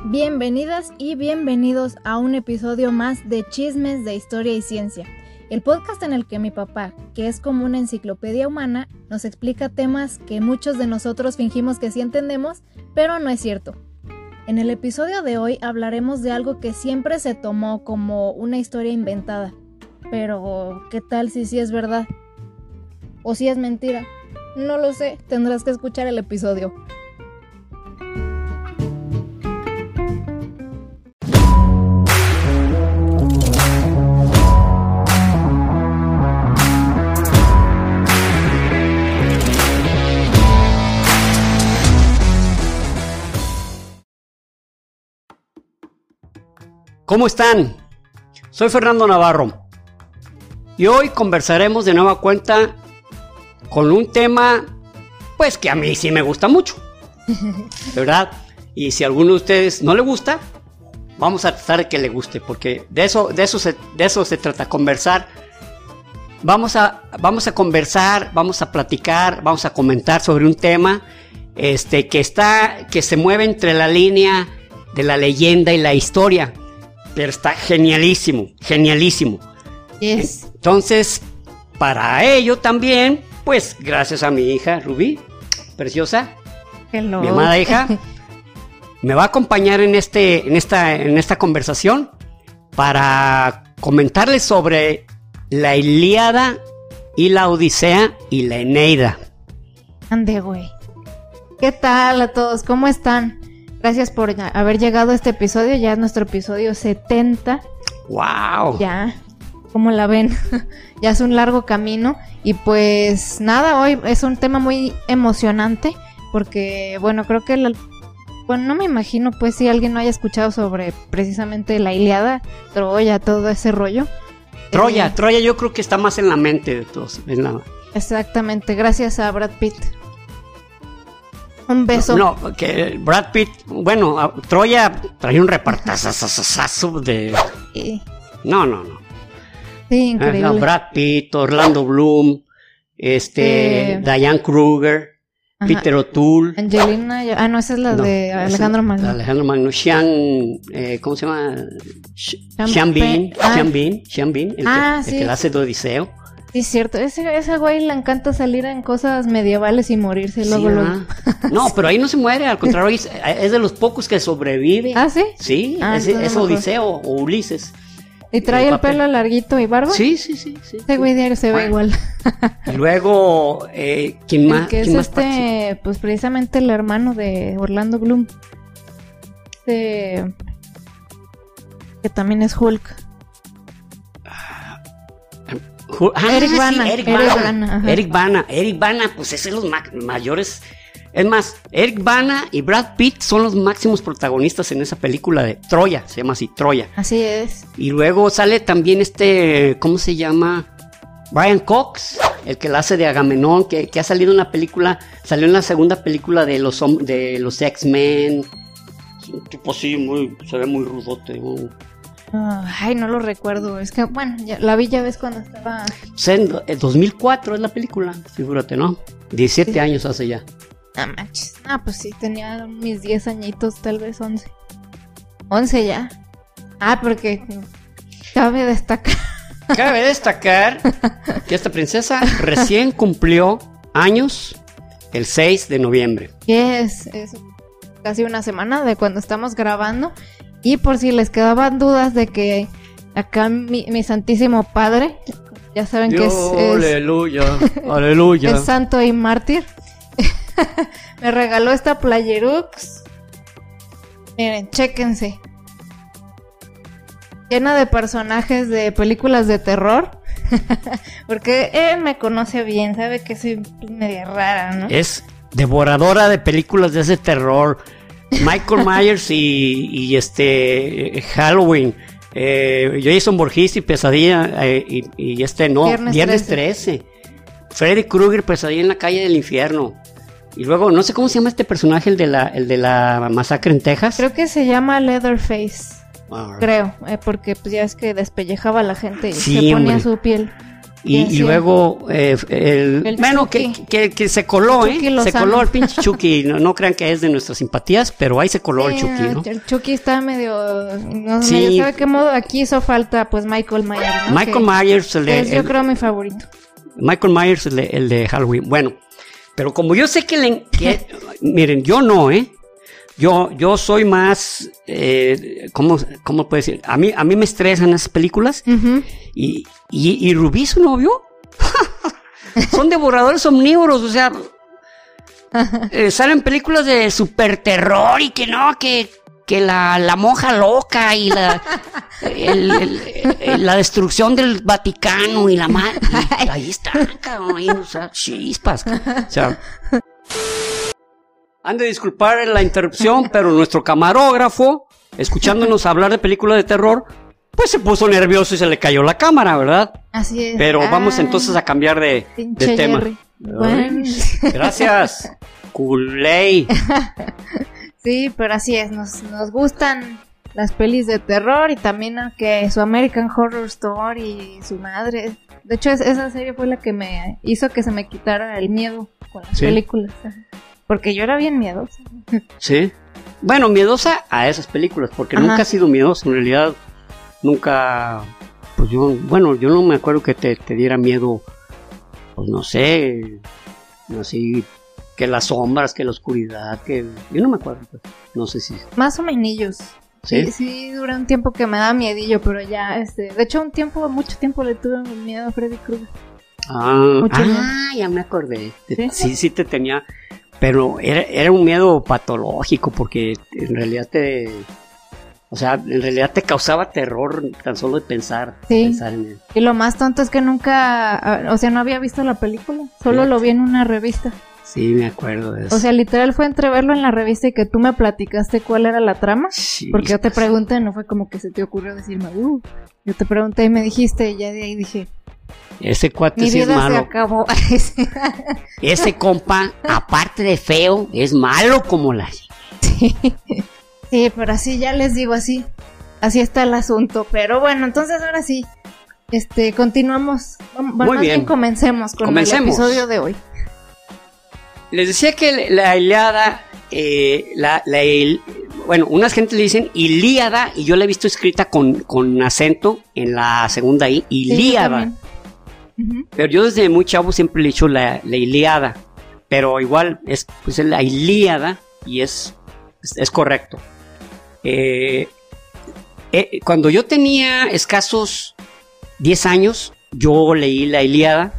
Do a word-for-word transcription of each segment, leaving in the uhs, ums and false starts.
Bienvenidas y bienvenidos a un episodio más de Chismes de Historia y Ciencia, el podcast en el que mi papá, que es como una enciclopedia humana, nos explica temas que muchos de nosotros fingimos que sí entendemos, pero no es cierto. En el episodio de hoy hablaremos de algo que siempre se tomó como una historia inventada, pero ¿qué tal si sí es verdad? ¿O si es mentira? No lo sé, tendrás que escuchar el episodio. ¿Cómo están? Soy Fernando Navarro y hoy conversaremos de nueva cuenta con un tema pues que a mí sí me gusta mucho, ¿verdad? Y si a alguno de ustedes no le gusta, vamos a tratar de que le guste, porque de eso, de eso, se, de eso se trata, conversar. Vamos a, vamos a conversar, vamos a platicar, vamos a comentar sobre un tema este, que, está, que se mueve entre la línea de la leyenda y la historia. Pero está genialísimo, genialísimo. Yes. Entonces, para ello también, pues gracias a mi hija Rubí, preciosa, Hello. mi amada hija, me va a acompañar en, este, en, esta, en esta conversación para comentarles sobre la Ilíada y la Odisea y la Eneida. Ande, güey. ¿Qué tal a todos? ¿Cómo están? Gracias por haber llegado a este episodio, ya es nuestro episodio setenta. ¡Wow! Ya, ¿cómo la ven? Ya es un largo camino. Y pues nada, hoy es un tema muy emocionante porque, bueno, creo que... La, bueno, no me imagino pues si alguien no haya escuchado sobre precisamente la Ilíada, Troya, todo ese rollo. Troya, eh, Troya yo creo que está más en la mente de todos. En la... Exactamente, gracias a Brad Pitt. Un beso. No, no, que Brad Pitt, bueno, a, Troya trae un repartazazazazo de... Sí. No, no, no. Sí, increíble. Eh, no, Brad Pitt, Orlando Bloom, este, Eh, Diane Kruger, Ajá. Peter O'Toole. Angelina, ah no, esa es la No, de esa- Alejandro Magno. Alejandro Magno, Sean, eh, ¿cómo se llama? Sh- Sean Sean Bean, Pe- ah. Sean Bean, Sean Bean, el, Ah, que, sí. el que la hace de Odiseo. Sí, es cierto. Ese, ese güey le encanta salir en cosas medievales y morirse Sí, luego, luego. ah. No, pero ahí no se muere, al contrario, es, es de los pocos que sobrevive. ¿Ah, sí? Sí, Ah, es, entonces es no me acuerdo. Odiseo o Ulises. ¿Y trae el el, papel. pelo larguito y barba? Sí, sí, sí. sí Ese güey diario se ve Bueno. igual. Y luego, eh, ¿quién El más? que es ¿quién más participa? este, pues precisamente el hermano de Orlando Bloom. Este, que también es Hulk. Ju- Ah, Eric sí, Bana, Eric Eric Bana. Bana, ajá. Eric Bana. Eric Bana, pues es de los ma- mayores. Es más, Eric Bana y Brad Pitt son los máximos protagonistas en esa película de Troya, se llama así, Troya. Así es. Y luego sale también este, ¿cómo se llama? Brian Cox, el que la hace de Agamenón, que, que ha salido en la película, salió en la segunda película de los hom- de los X-Men. Es un tipo así, muy, se ve muy rudote. ¿no? Ah, ay, no lo recuerdo. Es que, bueno, ya, la vi ya ves cuando estaba... O sea, en en dos mil cuatro es la película, figúrate, ¿no? diecisiete Sí. años hace ya. Ah, manches. Ah, pues sí, tenía mis diez añitos, tal vez once. once ya. Ah, porque cabe destacar. Cabe destacar que esta princesa recién cumplió años el seis de noviembre. Que es, es casi una semana de cuando estamos grabando. Y por si les quedaban dudas de que acá mi, mi santísimo padre, ya saben que es, es, Aleluya, aleluya. es santo y mártir, me regaló esta playerux. Miren, chéquense. Llena de personajes de películas de terror. Porque él me conoce bien, sabe que soy media rara, ¿no? Es devoradora de películas de ese terror. Michael Myers y, y este Halloween, eh, Jason Voorhees y Pesadilla eh, y, y este no, Viernes Viernes trece. Freddy Krueger, Pesadilla en la calle del infierno. Y luego, no sé cómo se llama este personaje, el de la, el de la masacre en Texas. Creo que se llama Leatherface. Ah, Creo, eh, porque pues ya es que despellejaba a la gente y Sí, se ponía hombre. su piel. Y, y luego eh, el, el bueno que, que, que se coló, Chucky, ¿eh? Se coló el pinche Chucky. No, no crean que es de nuestras simpatías, pero ahí se coló sí, el Chucky, ¿no? El Chucky está medio, no sé, sí. ¿Sabe qué modo? Aquí hizo falta pues Michael Myers, ¿no? Michael que Myers, el de, es yo el, creo mi favorito. Michael Myers, el de, el de Halloween. Bueno, pero como yo sé que le, que, miren, yo no, ¿eh? Yo, yo soy más, eh, ¿cómo, cómo puedo decir? A mí, a mí me estresan esas películas. Uh-huh. Y, y, y Rubí, su novio, son devoradores omnívoros, o sea, eh, salen películas de super terror y que no, que, que la, la monja loca y la, el, el, el, la destrucción del Vaticano y la madre. Ahí está, cabrón, ahí, o sea, chispas. O sea. Han de disculpar la interrupción, pero nuestro camarógrafo, escuchándonos hablar de películas de terror, pues se puso nervioso y se le cayó la cámara, ¿verdad? Así es. Pero ah, vamos entonces a cambiar de, de tema. Bueno. Gracias, Culey. Sí, pero así es, nos, nos gustan las pelis de terror y también que su American Horror Story y su madre. De hecho, es, esa serie fue la que me hizo que se me quitara el miedo con las ¿sí? películas. Porque yo era bien miedosa. Sí. Bueno, miedosa a esas películas, porque ajá. Nunca he sido miedosa. En realidad, nunca... Pues yo... Bueno, yo no me acuerdo que te, te diera miedo... Pues no sé... Así... Que las sombras, que la oscuridad, que... Yo no me acuerdo, pues. No sé si... Más o menos. ¿Sí? Sí, sí, duró un tiempo que me daba miedillo, pero ya, este... De hecho, un tiempo, mucho tiempo le tuve miedo a Freddy Krueger. Ah, ah ya me acordé. ¿Sí? sí, sí te tenía... Pero era, era un miedo patológico porque en realidad te... O sea, en realidad te causaba terror tan solo de pensar, sí. pensar en él. Y lo más tonto es que nunca... O sea, no había visto la película. Solo sí. Lo vi en una revista. Sí, me acuerdo de eso. O sea, literal fue entre verlo en la revista y que tú me platicaste cuál era la trama. Sí, porque yo te pregunté, no fue como que se te ocurrió decirme, uh, yo te pregunté y me dijiste y ya de ahí dije... Ese cuate mi sí vida es malo. Se acabó. Ese compa, aparte de feo, es malo como la... Sí. Sí, pero así ya les digo, así. Así está el asunto. Pero bueno, entonces ahora sí. Este, continuamos. Bueno, Muy más bien. bien comencemos con Comencemos. el episodio de hoy. Les decía que la Ilíada, eh, la, la il, bueno, unas gentes le dicen Ilíada y yo la he visto escrita con, con acento en la segunda I, Ilíada. Sí, uh-huh. Pero yo desde muy chavo siempre le he dicho la, la Ilíada, pero igual es pues la Ilíada y es, es, es correcto. Eh, eh, cuando yo tenía escasos diez años, yo leí la Ilíada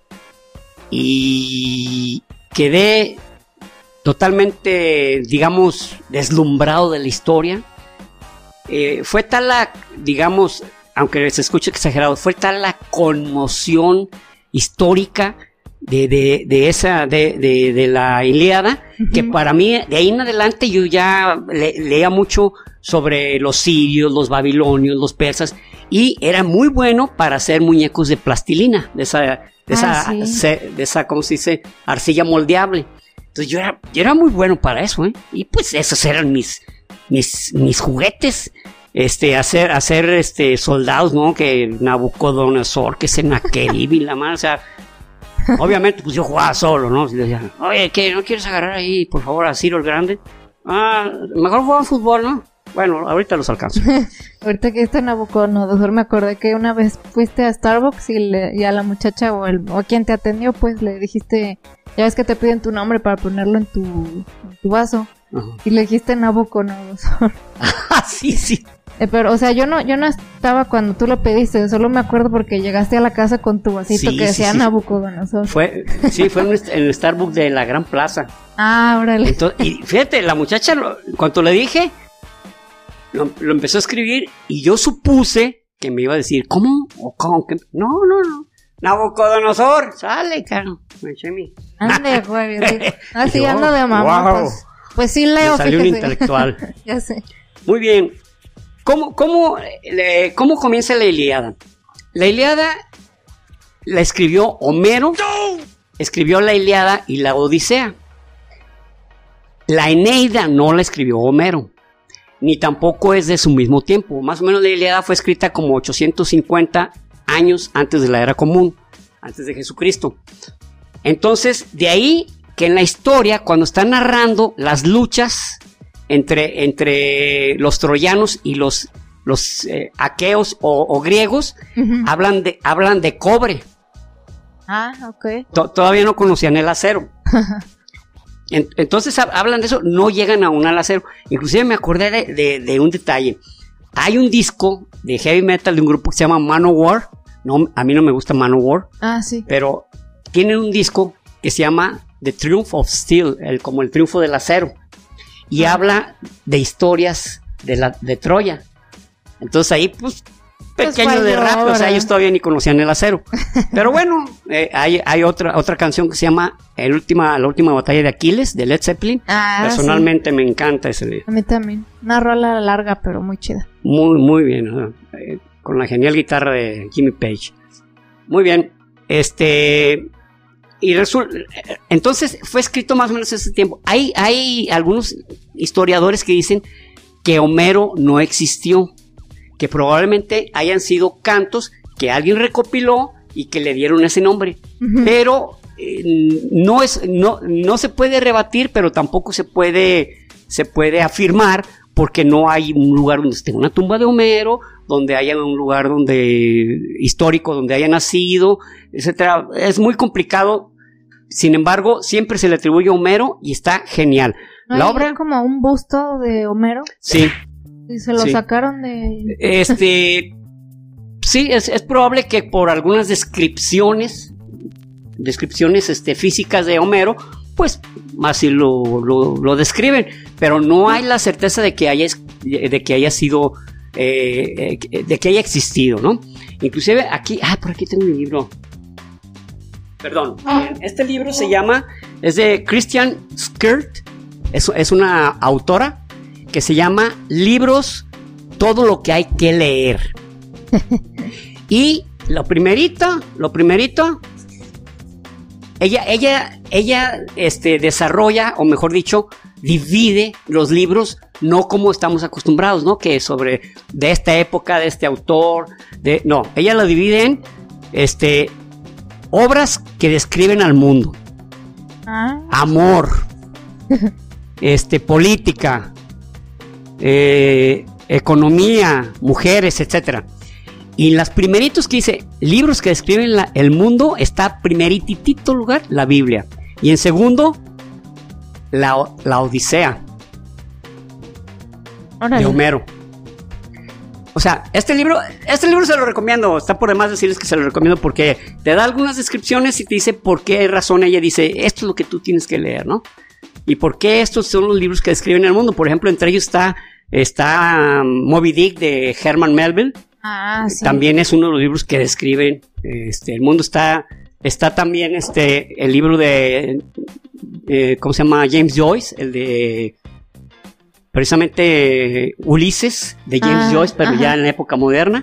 y quedé totalmente, digamos, deslumbrado de la historia. Eh, fue tal la, digamos, aunque se escuche exagerado, fue tal la conmoción histórica de, de, de esa, de, de, de la Ilíada, uh-huh. que para mí, de ahí en adelante, yo ya le, leía mucho sobre los sirios, los babilonios, los persas, y era muy bueno para hacer muñecos de plastilina, de esa, de esa, ah, sí. se, de esa, ¿cómo se dice? Arcilla moldeable. Entonces yo era, yo era muy bueno para eso, ¿eh? Y pues esos eran mis, mis, mis juguetes. Este, hacer, hacer, este, soldados, ¿no? Que Nabucodonosor, que Sennacherib y la madre, o sea, obviamente, pues yo jugaba solo, ¿no? Y decía, oye, ¿qué? ¿No quieres agarrar ahí, por favor, a Ciro el Grande? Ah, mejor jugaban fútbol, ¿no? Bueno, ahorita los alcanzo. Ahorita que está Nabucodonosor, me acordé que una vez fuiste a Starbucks y, le, y a la muchacha o, el, o quien te atendió, pues le dijiste, ya ves que te piden tu nombre para ponerlo en tu, en tu vaso. Uh-huh. Y le dijiste Nabucodonosor. Ah, sí, sí. Eh, pero, o sea, yo no yo no estaba cuando tú lo pediste, solo me acuerdo porque llegaste a la casa con tu vasito sí, que decía sí, sí. Nabucodonosor. Fue, sí, fue en el Starbucks de la Gran Plaza. Ah, órale. Entonces, y fíjate, la muchacha, cuando le dije, lo, lo empezó a escribir y yo supuse que me iba a decir, ¿cómo? ¿O cómo? ¿Qué? No, no, no. Nabucodonosor, sale, caro. Me eché mi. Ande, güey. Así ando de mamá. Wow. Pues, pues sí leo, me salió fíjese. Un intelectual. Ya sé. Muy bien. ¿Cómo, cómo, le, ¿Cómo comienza la Ilíada? La Ilíada la escribió Homero, no. escribió la Ilíada y la Odisea. La Eneida no la escribió Homero, ni tampoco es de su mismo tiempo. Más o menos la Ilíada fue escrita como ochocientos cincuenta años antes de la Era Común. antes de Jesucristo. Entonces, de ahí que en la historia, cuando están narrando las luchas entre, entre los troyanos y los, los eh, aqueos o, o griegos, uh-huh. hablan, de, hablan de cobre. Ah, ok. T- todavía no conocían el acero. en, entonces hab- hablan de eso, no llegan aún al acero. Inclusive me acordé de, de, de un detalle. Hay un disco de heavy metal de un grupo que se llama Manowar. No, a mí no me gusta Manowar. Ah, sí. Pero tienen un disco que se llama The Triumph of Steel, el, como el triunfo del acero. Y ah. habla de historias de, la, de Troya. Entonces ahí, pues, pequeño pues de rap, o sea, ellos todavía ni conocían el acero. Pero bueno, eh, hay, hay otra, otra canción que se llama el última, La última batalla de Aquiles, de Led Zeppelin. Ah, personalmente sí. Me encanta ese video. A mí también. Una rola larga, pero muy chida. Muy, muy bien. ¿no? Eh, con la genial guitarra de Jimmy Page. Muy bien. Este... Y resulta, entonces fue escrito más o menos ese tiempo. Hay, hay algunos historiadores que dicen que Homero no existió, que probablemente hayan sido cantos que alguien recopiló y que le dieron ese nombre. Uh-huh. Pero eh, no es, no, no se puede rebatir, pero tampoco se puede, se puede afirmar, porque no hay un lugar donde esté una tumba de Homero, donde haya un lugar donde histórico, donde haya nacido, etcétera. Es muy complicado. Sin embargo, siempre se le atribuye a Homero y está genial. ¿No la hay obra como un busto de Homero? Sí. Y se lo sí. sacaron de... Este... sí, es, es probable que por algunas descripciones, descripciones este, físicas de Homero, pues así lo, lo, lo describen, pero no hay la certeza de que haya, de que haya sido, eh, de que haya existido, ¿no? Inclusive aquí, ah, por aquí tengo un libro. Perdón, este libro se llama, es de Christian Skirt, es, es una autora que se llama Libros, todo lo que hay que leer. Y lo primerito, lo primerito, ella, ella, ella, este, desarrolla, o mejor dicho, divide los libros no como estamos acostumbrados, ¿no? Que sobre de esta época, de este autor, de, no, ella lo divide en, este, obras que describen al mundo, ah. amor, este, política, eh, economía, mujeres, etcétera. Y en las primeritos que dice libros que describen la, el mundo, está primeritito lugar la Biblia. Y en segundo, la, la Odisea. Órale. De Homero. O sea, este libro, este libro se lo recomiendo. Está por demás decirles que se lo recomiendo porque te da algunas descripciones y te dice por qué razón ella dice esto es lo que tú tienes que leer, ¿no? Y por qué estos son los libros que describen el mundo. Por ejemplo, entre ellos está, está um, Moby Dick de Herman Melville. Ah, sí. También es uno de los libros que describen este, el mundo. Está, está también este, el libro de, eh, ¿cómo se llama? James Joyce, el de precisamente Ulises de James ah, Joyce, pero ajá. ya en la época moderna.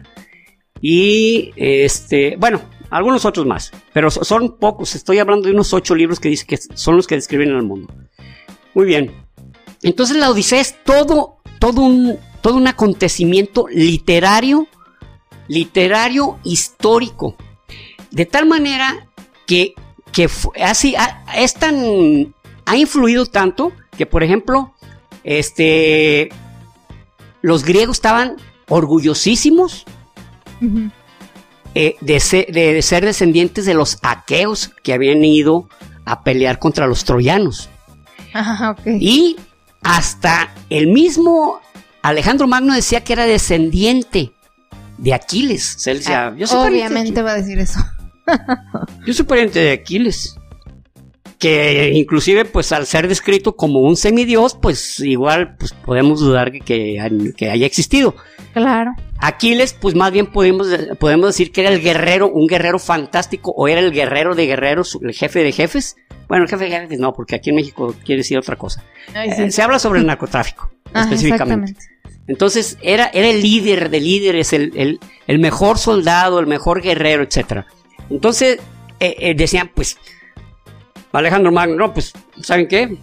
Y este, bueno, algunos otros más, pero son pocos. Estoy hablando de unos ocho libros que dice que son los que describen el mundo. Muy bien. Entonces la Odisea es todo, todo un, todo un acontecimiento literario. literario histórico, de tal manera que, que así ha, es tan, ha influido tanto que, por ejemplo, este, los griegos estaban orgullosísimos uh-huh. eh, de, ser, de, de ser descendientes de los aqueos que habían ido a pelear contra los troyanos. Uh, okay. Y hasta el mismo Alejandro Magno decía que era descendiente de Aquiles. O sea, él decía, ah, yo soy obviamente va a decir eso. Yo soy pariente de Aquiles. Que inclusive, pues, al ser descrito como un semidios, pues, igual, pues, podemos dudar que, que, que haya existido. Claro. Aquiles, pues, más bien podemos, podemos decir que era el guerrero, un guerrero fantástico, o era el guerrero de guerreros, el jefe de jefes. Bueno, el jefe de jefes no, porque aquí en México quiere decir otra cosa. Ay, sí. eh, se habla sobre el narcotráfico, ah, específicamente. Exactamente. Entonces, era, era el líder de líderes, el, el, el mejor soldado, el mejor guerrero, etcétera. Entonces, eh, eh, decían, pues, Alejandro Magno, no, pues, ¿saben qué?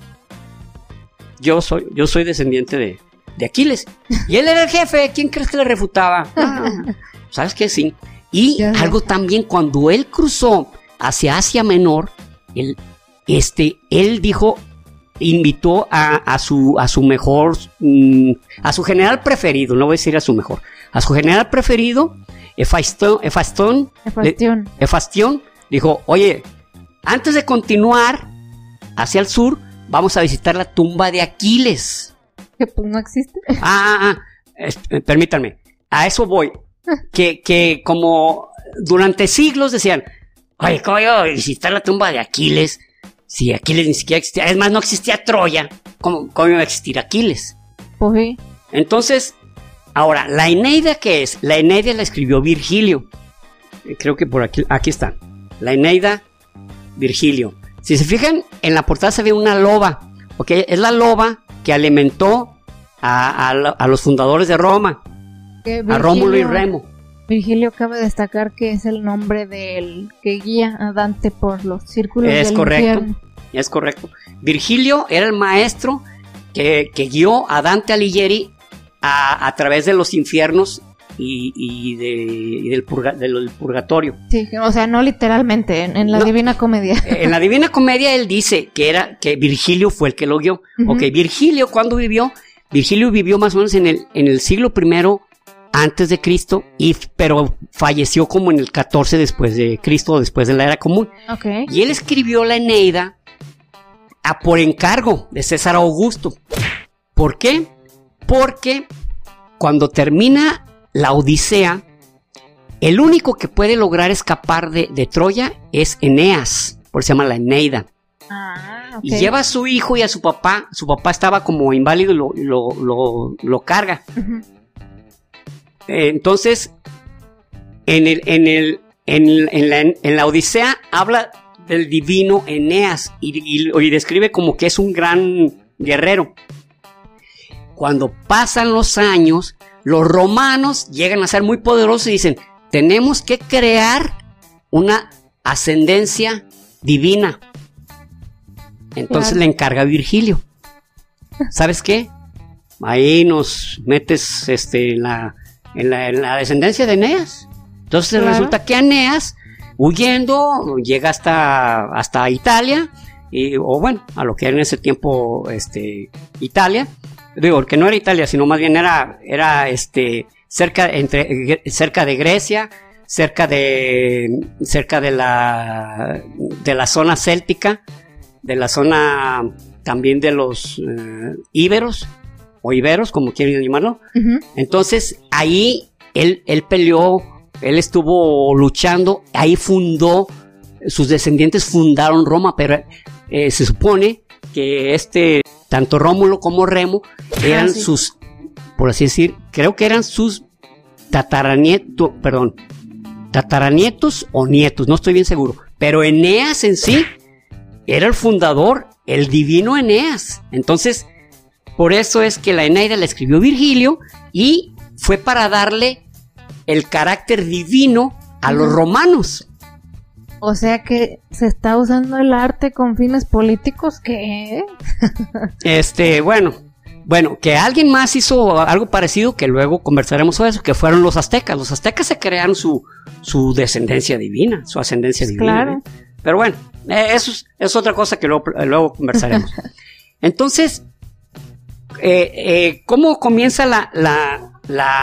Yo soy, yo soy descendiente de, de Aquiles. Y él era el jefe, ¿quién crees que le refutaba? Ah, ¿sabes qué? Sí. Y ya algo también, cuando él cruzó hacia Asia Menor, él, este, él dijo, invitó a, a, su, a su mejor, mm, a su general preferido, no voy a decir a su mejor, a su general preferido, Hefastón, Hefastón, Hefastion. Hefastion, dijo, oye, antes de continuar hacia el sur, vamos a visitar la tumba de Aquiles. Que pues no existe. Ah, ah, ah, eh, permítanme, a eso voy. Que, que como durante siglos decían, oye, ¿cómo iba a visitar la tumba de Aquiles? Si Aquiles ni siquiera existía, es más, no existía Troya, ¿cómo, cómo iba a existir Aquiles? Pues sí. Entonces, ahora, ¿la Eneida qué es? La Eneida la escribió Virgilio. Creo que por aquí, aquí está. La Eneida, Virgilio. Si se fijan, en la portada se ve una loba, ¿ok? Es la loba que alimentó a, a, a los fundadores de Roma, Virgilio, a Rómulo y Remo. Virgilio cabe destacar que es el nombre del que guía a Dante por los círculos es del correcto, infierno. Es correcto. Virgilio era el maestro que, que guió a Dante Alighieri a, a través de los infiernos y, y, de, y del, purga, del purgatorio. Sí, o sea, no literalmente, en, en la no, Divina Comedia. En la Divina Comedia él dice que era que Virgilio fue el que lo guió. Uh-huh. Ok, Virgilio, ¿cuándo vivió? Virgilio vivió más o menos en el, en el siglo primero antes de Cristo, y, pero falleció como en el catorce después de Cristo, después de la Era Común. Okay. Y él escribió la Eneida a, por encargo de César Augusto. ¿Por qué? Porque cuando termina la Odisea, el único que puede lograr escapar de, de Troya es Eneas, por eso se llama la Eneida. Ah, okay. Y lleva a su hijo y a su papá. Su papá estaba como inválido y lo, lo, lo, lo carga. Uh-huh. eh, entonces, en, el, en, el, en, en, la, en la Odisea habla del divino Eneas y, y, y describe como que es un gran guerrero. Cuando pasan los años, los romanos llegan a ser muy poderosos y dicen, tenemos que crear una ascendencia divina. Entonces claro. Le encarga a Virgilio. ¿Sabes qué? Ahí nos metes este, en, la, en, la, en la descendencia de Eneas. Entonces claro. Resulta que Eneas, huyendo, llega hasta, hasta Italia, y, o bueno, a lo que era en ese tiempo este, Italia. Digo, que no era Italia, sino más bien era, era este, cerca, entre, cerca de Grecia, cerca de, cerca de la, de la zona céltica, de la zona también de los eh, íberos, o iberos, como quieren llamarlo. Uh-huh. Entonces, ahí él, él peleó, él estuvo luchando, ahí fundó, sus descendientes fundaron Roma, pero eh, se supone que este, tanto Rómulo como Remo, eran ah, sí. sus, por así decir, creo que eran sus tataranietos, perdón, tataranietos o nietos, no estoy bien seguro, pero Eneas en sí era el fundador, el divino Eneas. Entonces, por eso es que la Eneida la escribió Virgilio y fue para darle el carácter divino a los romanos. O sea que se está usando el arte con fines políticos, ¿qué? este, bueno, bueno, que alguien más hizo algo parecido, que luego conversaremos sobre eso, que fueron los aztecas. Los aztecas se crearon su, su descendencia divina, su ascendencia divina. Claro. ¿eh? Pero bueno, eh, eso es, es otra cosa que luego, luego conversaremos. Entonces, eh, eh, ¿cómo comienza la, la,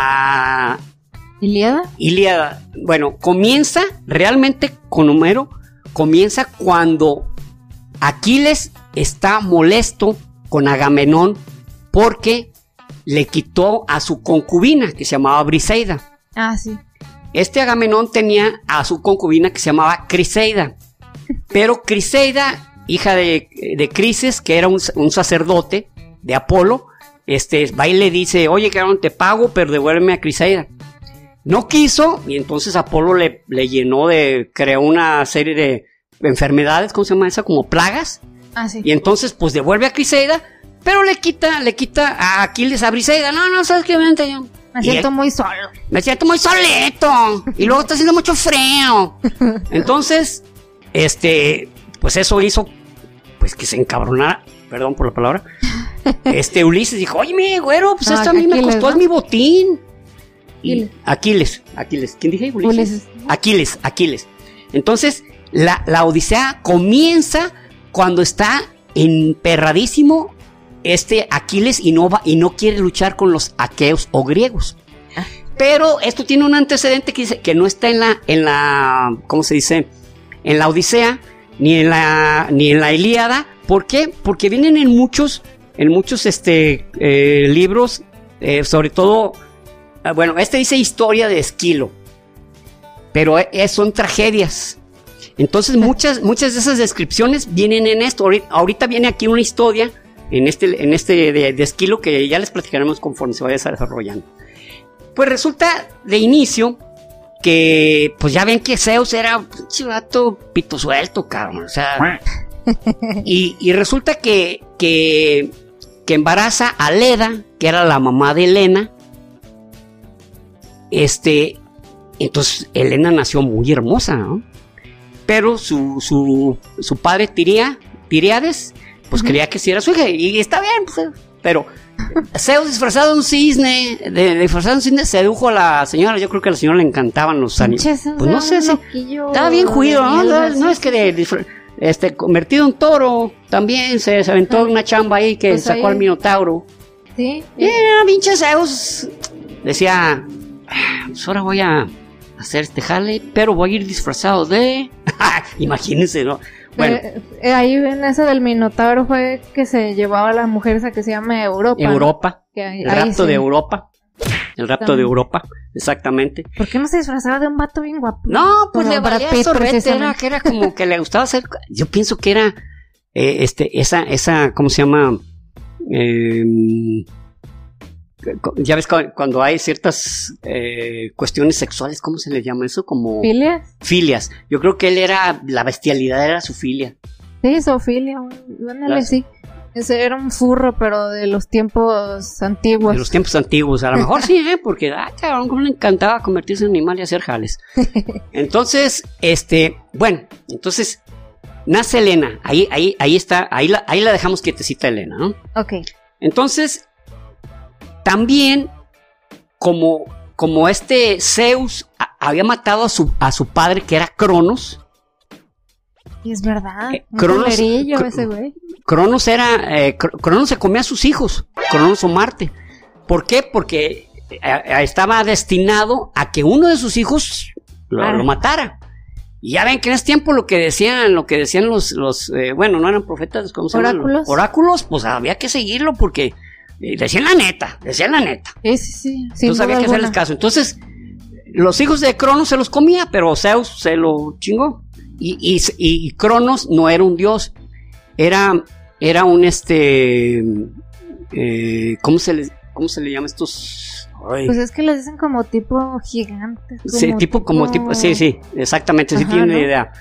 la ¿Ilíada? Ilíada. Bueno, comienza realmente con Homero, comienza cuando Aquiles está molesto con Agamenón porque le quitó a su concubina que se llamaba Briseida. Ah, sí. Este Agamenón tenía a su concubina que se llamaba Criseida, pero Criseida, hija de, de Crises, que era un, un sacerdote de Apolo, este, va y le dice, oye, que te pago, pero devuélveme a Criseida. No quiso, y entonces Apolo le, le llenó de, creó una serie de enfermedades, ¿cómo se llama esa? Como plagas. Ah, sí. Y entonces, pues devuelve a Criseida, pero le quita, le quita a Aquiles a Briseida. No, no, ¿sabes qué? Vente yo. Me siento él, muy solo. Me siento muy solito. Y luego está haciendo mucho frío. Entonces, este, pues eso hizo, pues que se encabronara, perdón por la palabra. Este Ulises dijo, oye, mi güero, pues no, esto a mí Aquiles, me costó, ¿no? Es mi botín. Y Aquiles, Aquiles, ¿quién dije? Ulises. Ulises. Aquiles, Aquiles. Entonces, la, la Odisea comienza cuando está emperradísimo este Aquiles y no, va, y no quiere luchar con los aqueos o griegos. Ah. Pero esto tiene un antecedente que, dice, que no está en la, en la, ¿cómo se dice? En la Odisea, ni en la, ni en la Ilíada. ¿Por qué? Porque vienen en muchos, en muchos este, eh, libros, eh, sobre todo, eh, bueno, este dice historia de Esquilo, pero eh, son tragedias. Entonces muchas, muchas de esas descripciones vienen en esto. Ahorita, ahorita viene aquí una historia en este, en este de, de Esquilo que ya les platicaremos conforme se vaya desarrollando. Pues resulta de inicio que, pues ya ven que Zeus era un chivato pito suelto, cabrón, o sea, y, y resulta que, que, que embaraza a Leda, que era la mamá de Helena, este, entonces Helena nació muy hermosa, ¿no? Pero su, su, su padre Tiria, Tiriades, pues uh-huh. quería que sí era su hija, y está bien, pues, pero Zeus disfrazado de un cisne, de, de disfrazado de un cisne, sedujo a la señora. Yo creo que a la señora le encantaban los animales. Pues no sé si estaba bien juido, ¿no? No, no es que de, de este convertido en toro también se, se aventó una chamba ahí que pues sacó ahí al Minotauro. Sí. Y era pinche Zeus. Decía, pues ahora voy a hacer este jale, pero voy a ir disfrazado de. Imagínense, ¿no? Bueno, eh, eh, ahí en eso del Minotauro fue que se llevaba a las mujeres a que se llama Europa. Europa, ¿no? Ahí, el rapto sí. de Europa. El rapto También. de Europa, exactamente. ¿Por qué no se disfrazaba de un vato bien guapo? No, pues le valía sorrete, era que era como que le gustaba hacer. Yo pienso que era eh, este, esa, esa, ¿cómo se llama? Eh, ya ves cuando hay ciertas eh, cuestiones sexuales, ¿cómo se le llama eso? Como ¿Filias? Filias. Yo creo que él era, la bestialidad era su filia. Sí, zoofilia, bueno, sí. Ese era un furro, pero de los tiempos antiguos. De los tiempos antiguos, a lo mejor sí, ¿eh? Porque, ah, cabrón, como le encantaba convertirse en animal y hacer jales. Entonces, este, bueno, entonces, nace Helena, ahí, ahí, ahí está, ahí la, ahí la dejamos quietecita Helena, ¿no? Ok. Entonces, también, como, como este Zeus a, había matado a su, a su padre, que era Cronos. Y es verdad, eh, Cronos, Cr- ese güey. Cronos era, eh, Cronos se comía a sus hijos, Cronos o Marte. ¿Por qué? Porque eh, estaba destinado a que uno de sus hijos lo, ah. lo matara. Y ya ven que en ese tiempo lo que decían, lo que decían los, los eh, bueno, no eran profetas, ¿cómo se llaman? Oráculos. Oráculos, pues había que seguirlo porque eh, decían la neta, decían la neta. Sí, sí, sí. Entonces había que alguna. hacerles caso. Entonces, los hijos de Cronos se los comía, pero Zeus se lo chingó. Y, y, y Cronos no era un dios, era, era un este, eh, ¿cómo se le, cómo se le llama estos? Ay. Pues es que les dicen como tipo gigantes. Como sí, tipo, tipo, como tipo, sí, sí, exactamente, sí. Ajá, tienen ¿no? una idea.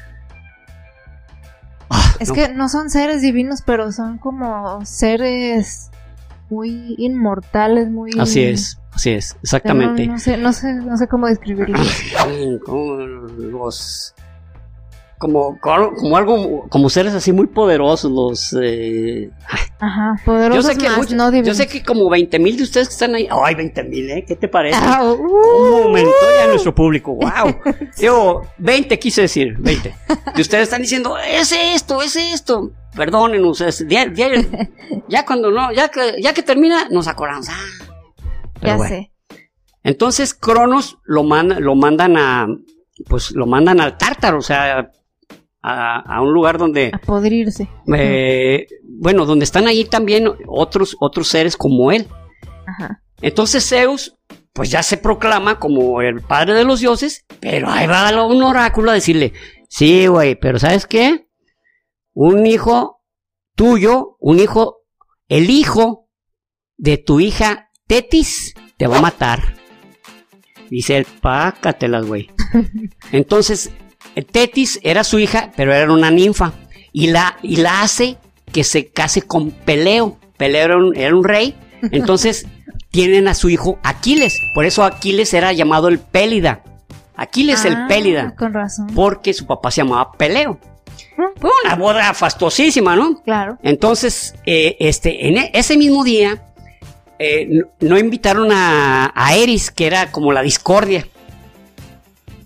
Ah, es no. que no son seres divinos, pero son como seres muy inmortales, muy. Así es, así es, exactamente. No, no sé, no sé, no sé cómo describirlos. Como los. Como, como algo, como seres así muy poderosos, los eh... Ajá, poderosos yo sé que más, mucho, no divinos. Yo sé que como veinte mil de ustedes que están ahí, ay, veinte mil, ¿eh? ¿Qué te parece? Ah, uh, ¿Cómo aumentó ya nuestro público? ¡Wow! Digo, veinte quise decir, veinte. Y ustedes están diciendo, es esto, es esto. Perdónenos, es, ya, ya, ya cuando no, ya que, ya que termina, nos acordamos. Ah, ya bueno. sé. Entonces, Cronos lo, manda, lo mandan a, pues lo mandan al Tártaro, o sea, A, a un lugar donde a podrirse eh, bueno, donde están ahí también otros, otros seres como él. Ajá. Entonces Zeus pues ya se proclama como el padre de los dioses, pero ahí va un oráculo a decirle, sí güey, pero ¿sabes qué? Un hijo tuyo, un hijo, el hijo de tu hija Tetis te va a matar. Dice él, pácatelas güey. Entonces Tetis era su hija, pero era una ninfa. Y la, y la hace que se case con Peleo. Peleo era un, era un rey. Entonces tienen a su hijo Aquiles. Por eso Aquiles era llamado el Pélida. Aquiles ah, el Pélida. Con razón. Porque su papá se llamaba Peleo. Fue una boda fastosísima, ¿no? Claro. Entonces, eh, este, en ese mismo día, eh, no, no invitaron a, a Eris, que era como la discordia.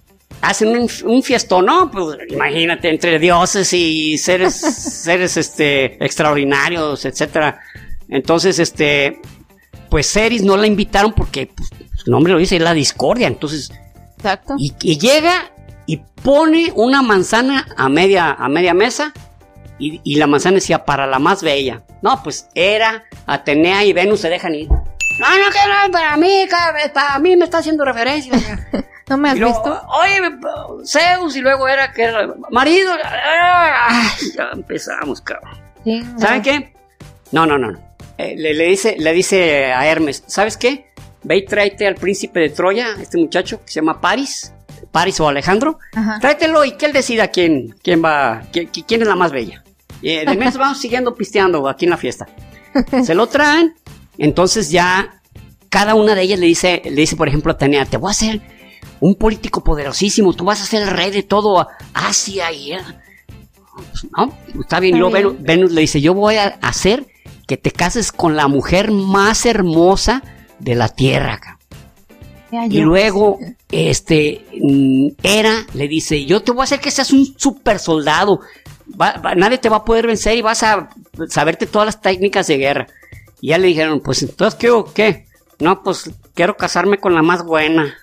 hacen un, un fiestón, ¿no? Pues imagínate, entre dioses y seres, seres, este, extraordinarios, etcétera. Entonces, este, pues Ceres no la invitaron porque, pues, su nombre lo dice, es la discordia, entonces. Exacto. Y, y llega y pone una manzana a media, a media mesa y, y la manzana decía, para la más bella. No, pues era Atenea y Venus se dejan ir. No, no, que no, para mí, para mí me está haciendo referencia. ¿No me has luego, visto? Oye, Zeus, y luego era que era marido. Ay, ya empezamos, cabrón. Sí, ¿Saben no. qué? No, no, no, no. Eh, le, le, dice, le dice a Hermes, ¿sabes qué? Ve y tráete al príncipe de Troya, este muchacho que se llama Paris, Paris o Alejandro. Ajá. Tráetelo y que él decida quién, quién va, quién, quién es la más bella. Eh, de mes vamos siguiendo pisteando aquí en la fiesta. Se lo traen, entonces ya cada una de ellas le dice, le dice por ejemplo a Atenea, te voy a hacer un político poderosísimo, tú vas a ser el rey de todo Asia y... No, está bien, y luego Venus, Venus le dice, yo voy a hacer que te cases con la mujer más hermosa de la tierra. Ya, Y yo. luego, este, Hera le dice, yo te voy a hacer que seas un super soldado, va, va, nadie te va a poder vencer y vas a saberte todas las técnicas de guerra. Y ya le dijeron, pues entonces, ¿qué o qué? No, pues quiero casarme con la más buena.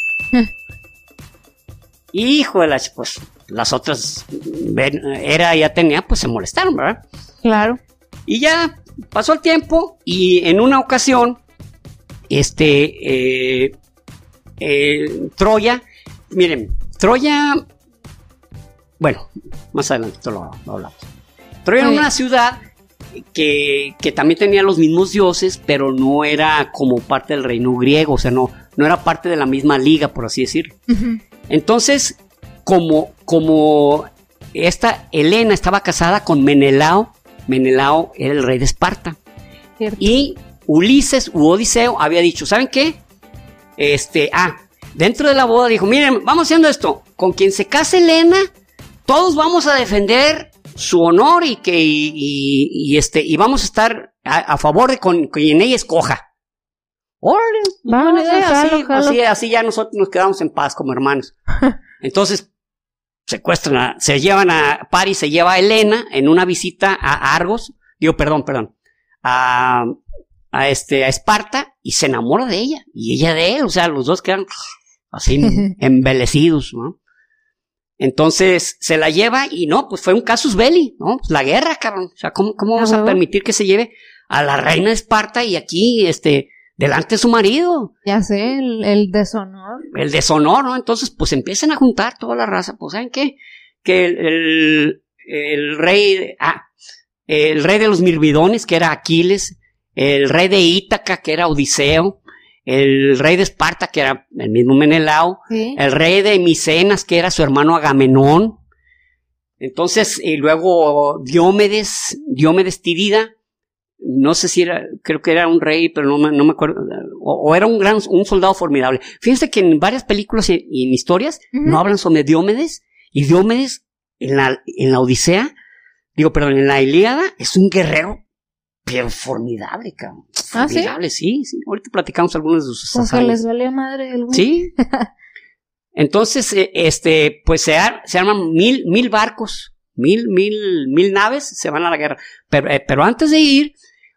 Hijo de las, pues las otras, Hera y Atenea, pues se molestaron, ¿verdad? Claro. Y ya pasó el tiempo y en una ocasión, este, eh, eh, Troya, miren, Troya, bueno, más adelante lo, lo hablamos. Troya era una ciudad que, que también tenía los mismos dioses, pero no era como parte del reino griego, o sea, no, no era parte de la misma liga, por así decirlo. Uh-huh. Entonces, como, como esta Helena estaba casada con Menelao, Menelao era el rey de Esparta. Cierto. Y Ulises u Odiseo había dicho, ¿saben qué? Este, ah, dentro de la boda dijo, miren, vamos haciendo esto, con quien se case Helena, todos vamos a defender su honor y que, y, y, y este, y vamos a estar a, a favor de con, quien ella escoja. Órale, Vamos, idea, jalo, así, jalo. así, así ya nosotros nos quedamos en paz como hermanos. Entonces, secuestran a, se llevan a Paris, se lleva a Helena en una visita a Argos, digo, perdón, perdón, a, a este, a Esparta, y se enamora de ella, y ella de él, o sea, los dos quedan así embelecidos, ¿no? Entonces, se la lleva, y no, pues fue un casus belli, ¿no? Pues la guerra, cabrón, o sea, ¿cómo, cómo vamos a permitir que se lleve a la reina de Esparta y aquí, este, delante de su marido? Ya sé, el, el deshonor. El deshonor, ¿no? Entonces, pues empiezan a juntar toda la raza. Pues, ¿saben qué? Que el, el, el rey, ah, el rey de los Mirmidones, que era Aquiles, el rey de Ítaca, que era Odiseo, el rey de Esparta, que era el mismo Menelao, ¿Sí? el rey de Micenas, que era su hermano Agamenón. Entonces, y luego Diomedes, Diomedes Tidida, no sé si era, creo que era un rey, pero no me, no me acuerdo, o, o era un gran, un soldado formidable. Fíjense que en varias películas y, y en historias uh-huh. no hablan sobre Diomedes, y Diomedes en la, en la Odisea, digo, perdón, en la Ilíada, es un guerrero pero formidable, cabrón. ¿Ah, formidable, sí? sí, sí. Ahorita platicamos algunos de sus hazañas. O sea, les valía madre el güey. Sí. Entonces, este, pues se, ar- se arman mil, mil barcos, mil, mil, mil naves, se van a la guerra. Pero, eh, pero antes de ir,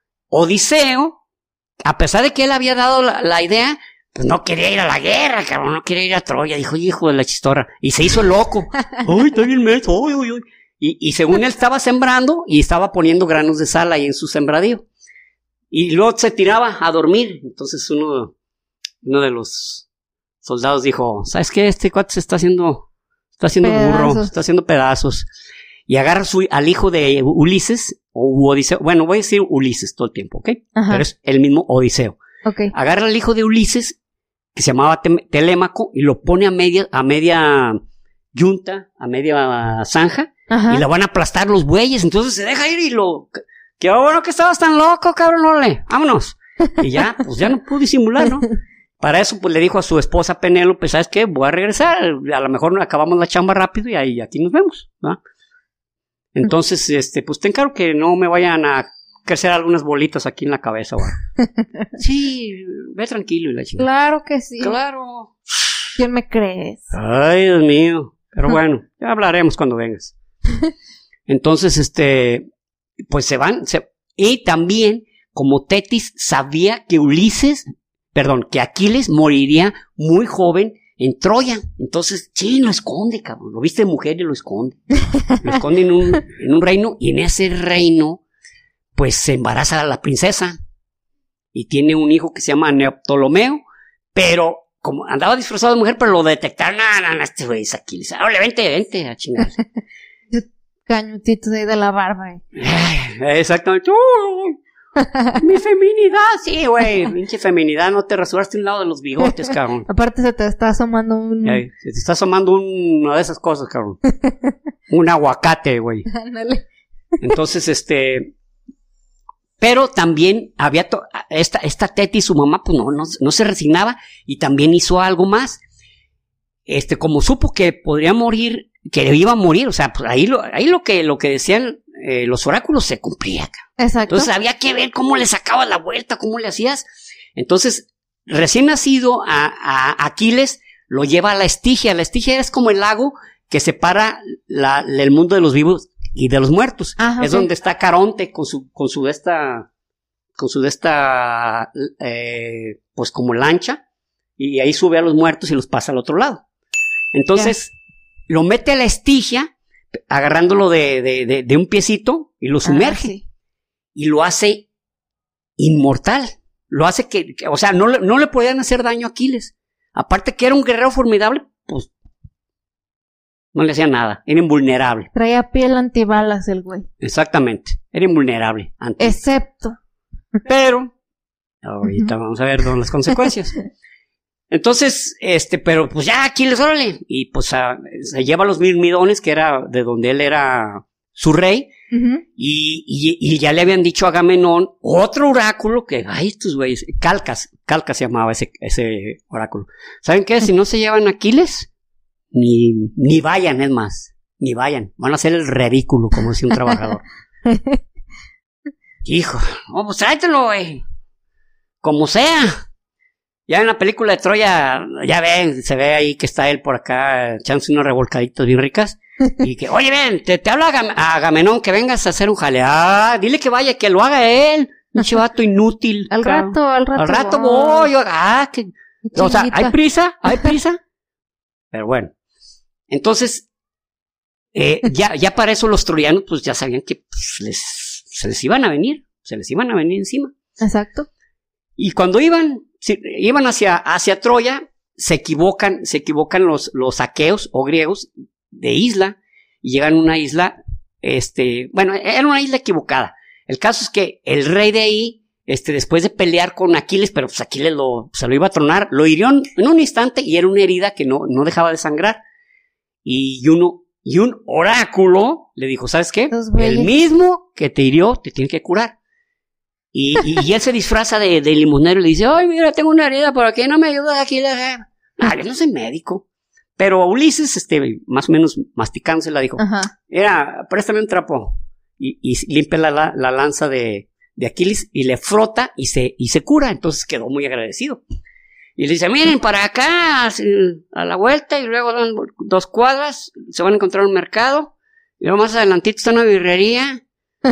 Odiseo, a pesar de que él había dado la, la idea, pues no quería ir a la guerra, cabrón, no quería ir a Troya. Dijo, hijo de la chistorra. Y se hizo loco. Ay, está bien menso, uy, uy, uy. Y, y según él estaba sembrando y estaba poniendo granos de sal ahí en su sembradío. Y luego se tiraba a dormir. Entonces uno, uno de los soldados dijo, ¿sabes qué? Este cuate se está haciendo, está haciendo pedazos. burro, está haciendo pedazos. Y agarra su, al hijo de Ulises, o Odiseo, bueno, voy a decir Ulises todo el tiempo, ¿ok? Ajá. Pero es el mismo Odiseo. Okay. Agarra al hijo de Ulises, que se llamaba Telémaco, y lo pone a media, a media yunta, a media zanja. Ajá. Y la van a aplastar los bueyes, entonces se deja ir y lo... Qué bueno que estabas tan loco, cabrón, ole, vámonos. Y ya, pues ya no pudo disimular, ¿no? Para eso, pues le dijo a su esposa Penélope, ¿sabes qué? Voy a regresar, a lo mejor acabamos la chamba rápido y ahí aquí nos vemos, ¿no? Entonces, este, pues te encargo que no me vayan a crecer algunas bolitas aquí en la cabeza, güey. Sí, ve tranquilo y la chingada. Claro que sí. Claro. ¿Quién me crees? Ay, Dios mío. Pero bueno, ya hablaremos cuando vengas. Entonces, este, pues se van, se, y también, como Tetis sabía que Ulises, perdón, que Aquiles moriría muy joven en Troya. Entonces, sí, lo esconde, cabrón. Lo viste de mujer y lo esconde. Lo esconde en un, en un reino, y en ese reino, pues se embaraza a la princesa. Y tiene un hijo que se llama Neoptolomeo, pero como andaba disfrazado de mujer, pero lo detectaron. No, no, no, este güey es Aquiles. Ahora, vente, vente a chingar. Cañutitos ahí de la barba. Eh. Exactamente. ¡Uh! Mi feminidad, sí, güey. Pinche feminidad, no te rasuraste un lado de los bigotes, cabrón. Aparte se te está asomando un... Hey, se te está asomando un, una de esas cosas, cabrón. Un aguacate, güey. Entonces, este... Pero también había... To... Esta, esta Tetis, su mamá, pues no, no, no se resignaba, y también hizo algo más. Este, como supo que podría morir, que iba a morir, o sea, pues ahí lo, ahí lo que, lo que decían eh, los oráculos se cumplía, cabrón. Exacto. Entonces había que ver cómo le sacabas la vuelta, cómo le hacías. Entonces, recién nacido a, a Aquiles lo lleva a la Estigia. La Estigia es como el lago que separa la, el mundo de los vivos y de los muertos. Ajá, es okay. Donde está Caronte con su, con su de esta, con su de esta, eh, pues como lancha, y ahí sube a los muertos y los pasa al otro lado. Entonces, yeah. Lo mete a la Estigia, agarrándolo de, de, de, de un piecito, y lo sumerge. Ah, sí. Y lo hace inmortal. Lo hace que, que o sea, no, no le podían hacer daño a Aquiles. Aparte que era un guerrero formidable, pues no le hacía nada. Era invulnerable. Traía piel antibalas el güey. Exactamente. Era invulnerable. Anti- Excepto. Pero, ahorita uh-huh. Vamos a ver las consecuencias. Entonces, este, pero pues ya Aquiles, órale. Y pues a, se lleva a los Mirmidones, que era de donde él era su rey. Uh-huh. Y, y, y ya le habían dicho a Agamenón otro oráculo que, ay, estos güeyes, Calcas, Calcas se llamaba ese, ese oráculo. ¿Saben qué? Si no se llevan a Aquiles, ni, ni vayan, es más, ni vayan. Van a hacer el ridículo, como decía un trabajador. Hijo, no, pues tráetelo, güey. Como sea. Ya en la película de Troya, ya ven, se ve ahí que está él por acá echándose unos revolcaditos bien ricas. Y que, oye, ven, te, te habla a Agamenón que vengas a hacer un jale. Ah, dile que vaya, que lo haga él. Un chivato inútil. Al cabrón. rato, al rato. Al rato voy. voy ah, que. Chiquita. O sea, ¿hay prisa? ¿Hay prisa? Pero bueno. Entonces, eh, ya, ya para eso los troyanos, pues ya sabían que pues, les, se les iban a venir. Se les iban a venir encima. Exacto. Y cuando iban, si, iban hacia, hacia Troya, se equivocan, se equivocan los, los aqueos o griegos de isla, y llegan a una isla, este, bueno, era una isla equivocada. El caso es que el rey de ahí, este, después de pelear con Aquiles, pero pues Aquiles lo, se lo iba a tronar, lo hirió en un instante, y era una herida que no, no dejaba de sangrar. Y uno, y un oráculo le dijo, ¿sabes qué? El mismo que te hirió te tiene que curar. Y, y, y él se disfraza de, de limonero y le dice, ay, mira, tengo una herida por aquí, no me ayudas aquí. Ah, yo no soy médico. Pero Ulises, este, más o menos masticándosela, dijo, ajá. Era, préstame un trapo. Y, y limpia la, la, la lanza de, de Aquiles y le frota y se, y se cura. Entonces quedó muy agradecido. Y le dice, miren, para acá, a la vuelta, y luego dan dos cuadras, se van a encontrar un mercado. Y luego más adelantito está una birrería.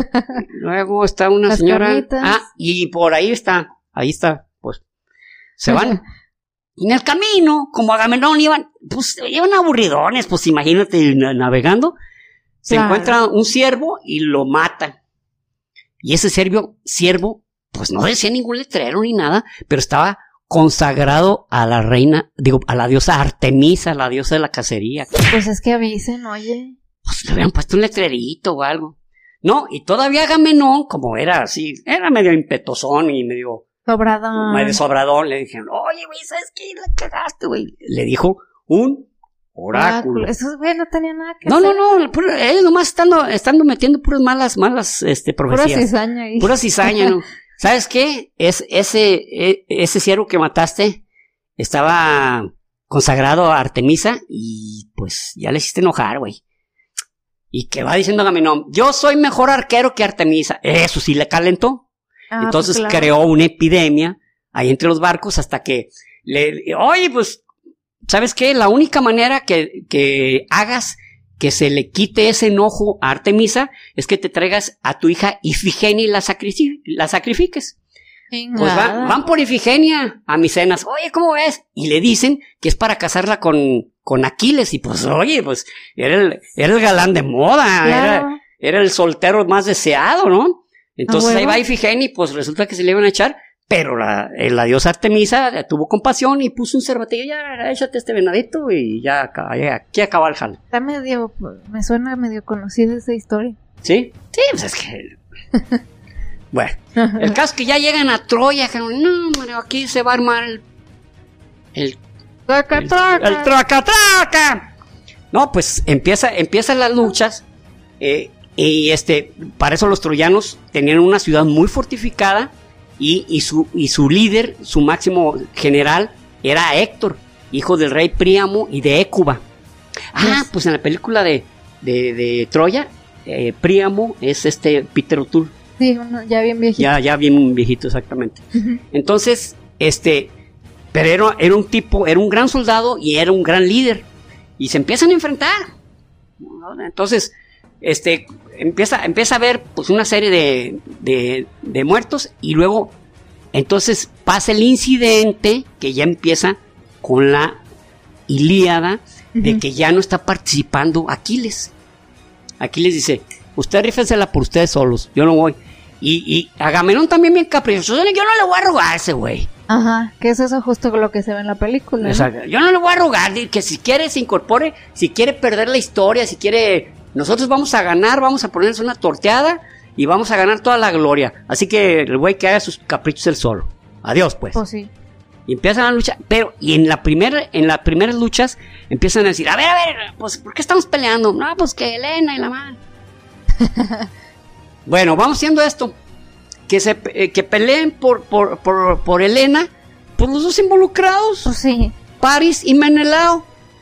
Luego está una Las señora. Carnitas. Ah, y por ahí está, ahí está, pues. Se van. Y en el camino, como Agamenón iban, pues iban aburridones, pues imagínate navegando. Se claro. Encuentra un ciervo y lo matan. Y ese ciervo, ciervo, pues no decía ningún letrero ni nada, pero estaba consagrado a la reina, digo, a la diosa Artemisa, la diosa de la cacería. Pues es que avisen, oye. Pues le habían puesto un letrerito o algo. No, y todavía Agamenón, como era así, era medio impetosón y medio... Sobradón. Medio sobradón, le dijeron, oye, güey, ¿sabes qué? La cagaste, güey. Le dijo un oráculo. oráculo. Esos güey no tenían nada que no, hacer. No, no, no, ellos nomás estando, estando metiendo puras malas, malas, este, profecías. Pura cizaña ahí. Pura cizaña, ¿no? ¿Sabes qué? Es, ese, ese ciervo que mataste estaba consagrado a Artemisa y pues ya le hiciste enojar, güey. Y que va diciendo Agamenón, yo soy mejor arquero que Artemisa. Eso sí le calentó. Ah, entonces pues claro. Creó una epidemia ahí entre los barcos hasta que le, oye, pues ¿sabes qué? La única manera que, que hagas que se le quite ese enojo a Artemisa es que te traigas a tu hija Ifigenia y la, sacrifi- la sacrifiques. Pues van, van por Ifigenia a Micenas. Oye, ¿cómo ves? Y le dicen que es para casarla con, con Aquiles. Y pues, oye, pues, era el, era el galán de moda. Claro. Era, era el soltero más deseado, ¿no? Entonces ahí va Ifigenia y pues resulta que se le iban a echar. Pero la, la diosa Artemisa tuvo compasión y puso un cervatillo. Ya, échate este venadito y ya, ya aquí acaba el jale. Está medio, me suena medio conocida esa historia. ¿Sí? Sí, pues es que... Bueno, el caso es que ya llegan a Troya. Que, no, Mario, aquí se va a armar el... El... ¡Traca, traca! ¡El traca, traca! No, pues empieza, empiezan las luchas. Eh, y este, para eso los troyanos tenían una ciudad muy fortificada. Y, y, su, y su líder, su máximo general, era Héctor, hijo del rey Príamo y de Écuba. Ah, yes. Pues en la película de, de, de Troya, eh, Príamo es este Peter O'Toole. Sí, uno ya bien viejito. Ya, ya bien viejito, exactamente. Uh-huh. Entonces, este, pero era, era un tipo, era un gran soldado y era un gran líder. Y se empiezan a enfrentar. Entonces, este... Empieza, empieza a haber pues una serie de, de, de muertos y luego entonces pasa el incidente que ya empieza con la Ilíada, uh-huh, de que ya no está participando Aquiles. Aquiles dice, usted rífensela por ustedes solos, yo no voy. Y, y Agamenón también bien caprichoso, yo no le voy a rogar a ese güey. Ajá, que es eso justo lo que se ve en la película, ¿no? Exacto. Yo no le voy a rogar, que si quiere se incorpore, si quiere perder la historia, si quiere... Nosotros vamos a ganar, vamos a ponerles una torteada y vamos a ganar toda la gloria. Así que el güey que haga sus caprichos él solo. Adiós, pues. Pues sí. Y empiezan a luchar, pero y en la primera, en las primeras luchas empiezan a decir, a ver, a ver, pues ¿por qué estamos peleando? No, pues que Helena y la madre. Bueno, vamos haciendo esto. Que se eh, que peleen por, por, por, por Helena, por los dos involucrados. Pues sí. Paris y Menelao.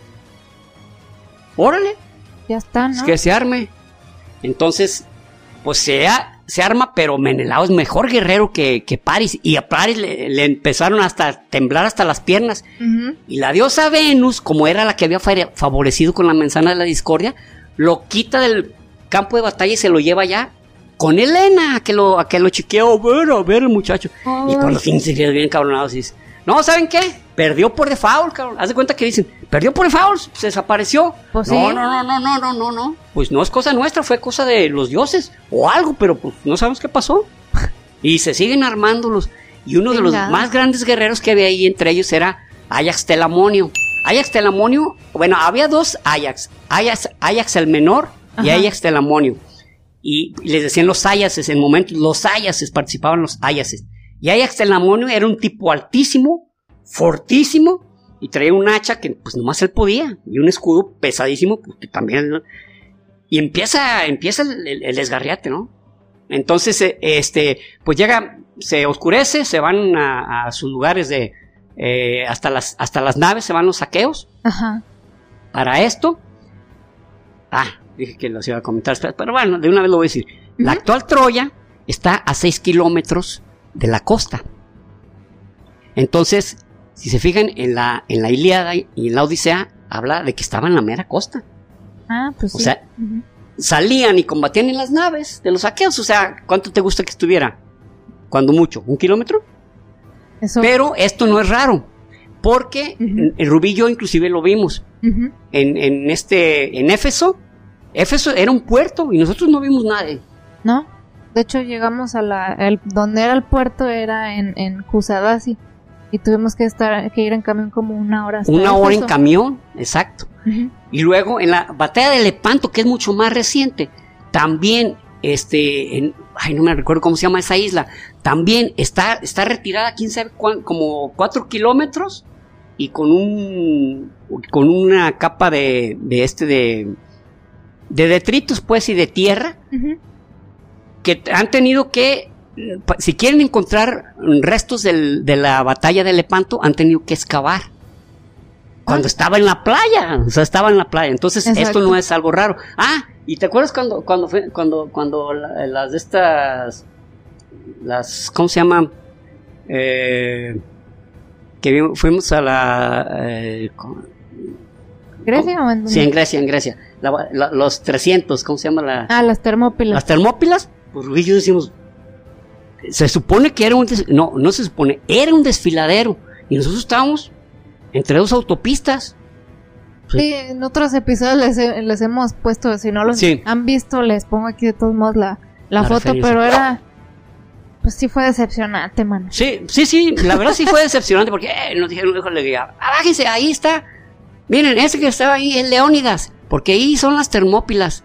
Órale. Ya está, ¿no? Es que se arme. Entonces, pues se, ha, se arma, pero Menelao es mejor guerrero que, que Paris. Y a Paris le, le empezaron hasta a temblar hasta las piernas. Uh-huh. Y la diosa Venus, como era la que había favorecido con la manzana de la discordia, lo quita del campo de batalla y se lo lleva allá con Helena, a que lo, a que lo chiqueó. A ver, a ver el muchacho. Oh. Y por los fin se quedó bien cabronados y dice, no, ¿saben qué? Perdió por default, cabrón. Haz de cuenta que dicen, perdió por default, se desapareció. Pues no, sí. no, no, no, no, no, no, no. Pues no es cosa nuestra, fue cosa de los dioses o algo, pero pues no sabemos qué pasó. Y se siguen armándolos. Y uno Venga. de los más grandes guerreros que había ahí entre ellos era Ajax Telamonio. Ajax Telamonio, bueno, había dos Ajax. Ajax, Ajax el menor y Ajá. Ajax Telamonio. Y, y les decían los Ajaxes, en momentos los Ajaxes, participaban los Ajaxes. Y Ajax Telamonio era un tipo altísimo, fortísimo, y traía un hacha que pues nomás él podía, y un escudo pesadísimo, pues, que también, ¿no? Y empieza, empieza el, el, el desgarriate, ¿no? Entonces, este, pues llega, se oscurece, se van a, a sus lugares de, eh, hasta las, hasta las naves, se van los saqueos. Ajá. Para esto, ah, dije que los iba a comentar, pero bueno, de una vez lo voy a decir. Uh-huh. La actual Troya está a seis kilómetros de la costa. Entonces, si se fijan en la, en la Ilíada y en la Odisea, habla de que estaba en la mera costa. Ah, pues sí. O sea, uh-huh. salían y combatían en las naves de los aqueos. O sea, ¿cuánto te gusta que estuviera? Cuando mucho, ¿un kilómetro? Eso. Pero esto no es raro, porque uh-huh. en, en Rubí y yo inclusive lo vimos. Uh-huh. En, en este, en Éfeso, Éfeso era un puerto y nosotros no vimos nada. ¿No? De hecho, llegamos a la... El, donde era el puerto era en, en Kusadasi. Y tuvimos que estar que ir en camión como una hora. Hasta una Éfeso. hora en camión, exacto. Uh-huh. Y luego en la batalla de Lepanto, que es mucho más reciente, también, este... En, ay, no me recuerdo cómo se llama esa isla. También está, está retirada, quién sabe, cuán, como cuatro kilómetros. Y con un... Con una capa de... De este de... De detritos, pues, y de tierra. Uh-huh. Que han tenido que, si quieren encontrar restos del, de la batalla de Lepanto, han tenido que excavar. Cuando ah. estaba en la playa, o sea, estaba en la playa. Entonces, Exacto. esto no es algo raro. Ah, ¿y te acuerdas cuando, cuando, fue, cuando, cuando la, las de estas, las, ¿cómo se llama? Eh, que fuimos a la, eh, ¿Grecia o en dónde? Sí, en Grecia, en Grecia. La, la, los trescientos, ¿cómo se llama la? Ah, las Termópilas. Las Termópilas, pues Rubí y yo decimos, se supone que era un, des, no, no se supone, era un desfiladero. Y nosotros estábamos entre dos autopistas. Sí, sí, en otros episodios les, les hemos puesto, si no los sí. han visto, les pongo aquí de todos modos la, la, la foto, referencia. Pero era, pues sí fue decepcionante, mano. Sí, sí, sí, la verdad sí fue decepcionante porque eh, nos dijeron, híjole, bájense, ahí está, miren, ese que estaba ahí es Leónidas, porque ahí son las Termópilas.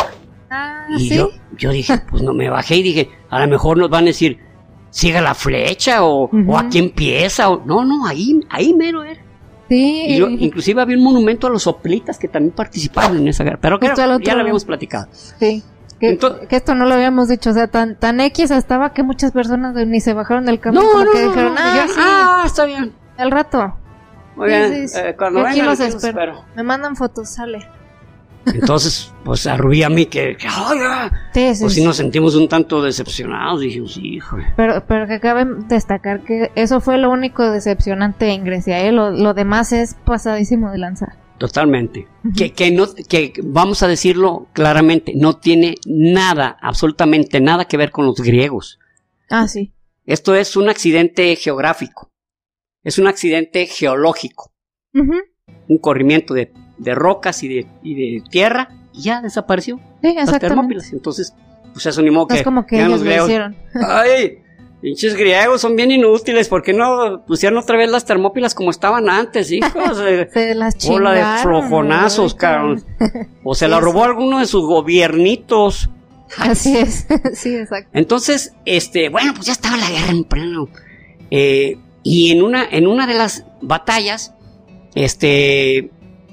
Ah, y ¿sí? yo, yo dije, pues no, me bajé y dije, a lo mejor nos van a decir, siga la flecha, o, uh-huh. o aquí empieza, o, no, no, ahí, ahí mero era. Sí. Y yo, inclusive había un monumento a los soplitas que también participaron en esa guerra, pero que era, ya lo habíamos platicado. Sí. Que, Entonces, que esto no lo habíamos dicho, o sea, tan, tan X estaba que muchas personas ni se bajaron del camión, no, como no, que dijeron, no, ah, ya, sí, ah, está bien. Al rato. Muy bien, sí, sí, eh, cuando yo aquí vengan, los aquí espero. los espero. Me mandan fotos, sale. Entonces, pues a Rubí y a mí que, que oh, ya, sí, sí, pues sí nos sentimos un tanto decepcionados, dijimos, híjole. Pero, pero que cabe destacar que eso fue lo único decepcionante en Grecia, ¿eh? Lo, lo demás es pasadísimo de lanzar. Totalmente. Uh-huh. Que, que no, que vamos a decirlo claramente, no tiene nada, absolutamente nada que ver con los griegos. Ah, sí. Esto es un accidente geográfico, es un accidente geológico, uh-huh. un corrimiento de de rocas y de, y de tierra, y ya desapareció. Sí, exactamente. Entonces, pues eso ni modo que, es como que ellos lo hicieron. Ay, pinches griegos son bien inútiles, ¿por qué no pusieron otra vez las Termópilas como estaban antes, hijos? Se las chingaron. Bola de flojonazos, cabrón. O se la robó alguno de sus gobiernitos. Así es, sí, exacto. Entonces, este, bueno, pues ya estaba la guerra en pleno. Eh, y en una, en una de las batallas, este...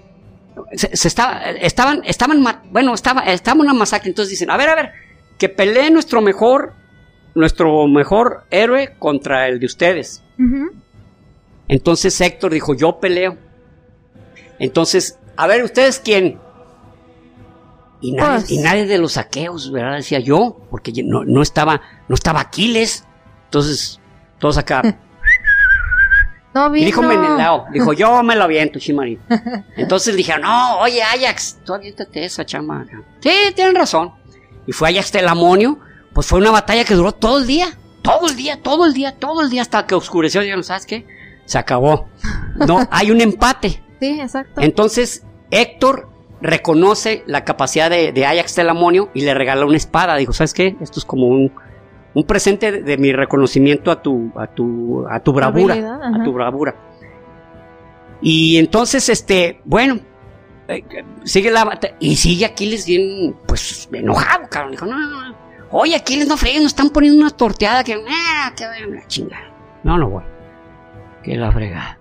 Se, se estaba, estaban, estaban, bueno, estaba, estaba una masacre, entonces dicen, a ver, a ver, que pelee nuestro mejor, nuestro mejor héroe contra el de ustedes. Uh-huh. Entonces Héctor dijo, yo peleo. Entonces, a ver, ¿ustedes quién? Y nadie, pues. y nadie de los aqueos, ¿verdad? Decía yo, porque no, no estaba, no estaba Aquiles. Entonces, todos acá. No vino. Y dijo Menelao, dijo, yo me lo aviento, Chimarín. Entonces dijeron, no, oye, Ajax, tú aviéntate esa chama. Sí, tienen razón. Y fue Ajax Telamonio, pues fue una batalla que duró todo el día, todo el día, todo el día, todo el día, hasta que oscureció. Dijeron, ¿sabes qué? Se acabó. No, hay un empate. Sí, exacto. Entonces, Héctor reconoce la capacidad de, de Ajax Telamonio y le regala una espada. Dijo, ¿sabes qué? Esto es como un... un presente de, de mi reconocimiento a tu a tu a tu bravura, a tu bravura. Y entonces este, bueno, eh, sigue la batalla y sigue Aquiles bien pues enojado, cabrón. Dijo, "No, no, no. Oye, Aquiles, no fregues, nos están poniendo una torteada que ah, que la chingada. No, no, güey. Que la fregada."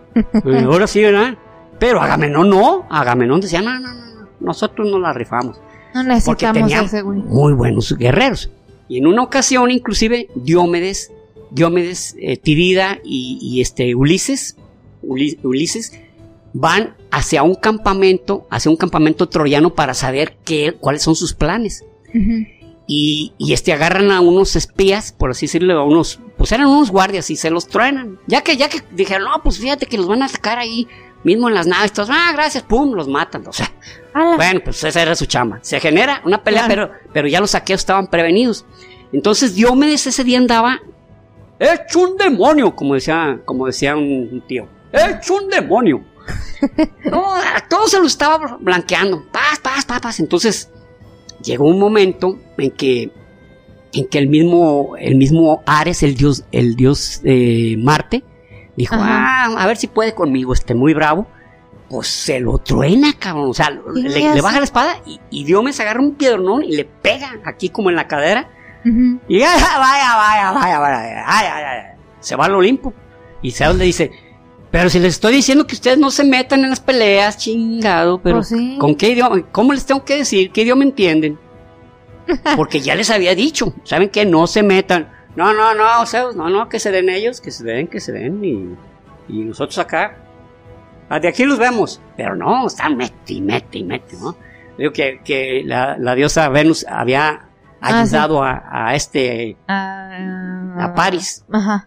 Y ahora sí, ¿verdad? Pero Agamenón no, Agamenón decía, "No, no, no, nosotros no la rifamos." No necesitamos porque ese güey. Muy buenos guerreros. Y en una ocasión, inclusive, Diomedes, Diomedes, eh, Tirida y, y este Ulises, Ulises, van hacia un campamento, hacia un campamento troyano para saber qué, cuáles son sus planes. Uh-huh. Y, y este agarran a unos espías, por así decirlo, a unos, pues eran unos guardias y se los truenan. Ya que, ya que dijeron, no, pues fíjate que los van a atacar ahí mismo en las naves, todos, ah, gracias, pum, los matan. O sea, ¡Hala! Bueno, pues esa era su chamba. Se genera una pelea, claro. pero, pero ya los saqueos estaban prevenidos. Entonces Diomedes ese día andaba hecho un demonio, como decía, como decía un, un tío. Hecho un demonio. No, a todos se lo estaba blanqueando. Paz, paz, paz, paz. Entonces llegó un momento en que, en que el mismo, el mismo Ares, el dios, el dios eh, Marte, dijo, Ajá. ah, a ver si puede conmigo, este muy bravo. Pues se lo truena, cabrón. O sea, le, le baja la espada y, y Diomedes agarra un piedronón y le pega aquí como en la cadera. Uh-huh. Y vaya, vaya, vaya, vaya, vaya, vaya, vaya. Se va al Olimpo. Y Zeus le dice, pero si les estoy diciendo que ustedes no se metan en las peleas, chingado, pero pues sí. ¿Con qué idioma? ¿Cómo les tengo que decir? ¿Qué idioma entienden? Porque ya les había dicho, ¿saben qué? No se metan. No, no, no, Zeus, no, no, que se den ellos, que se den, que se den. Y, y nosotros acá, de aquí los vemos. Pero no, están mete y mete y mete, ¿no? Digo que, que la, la diosa Venus había ayudado ah, sí. a, a este, uh, a Paris. Ajá.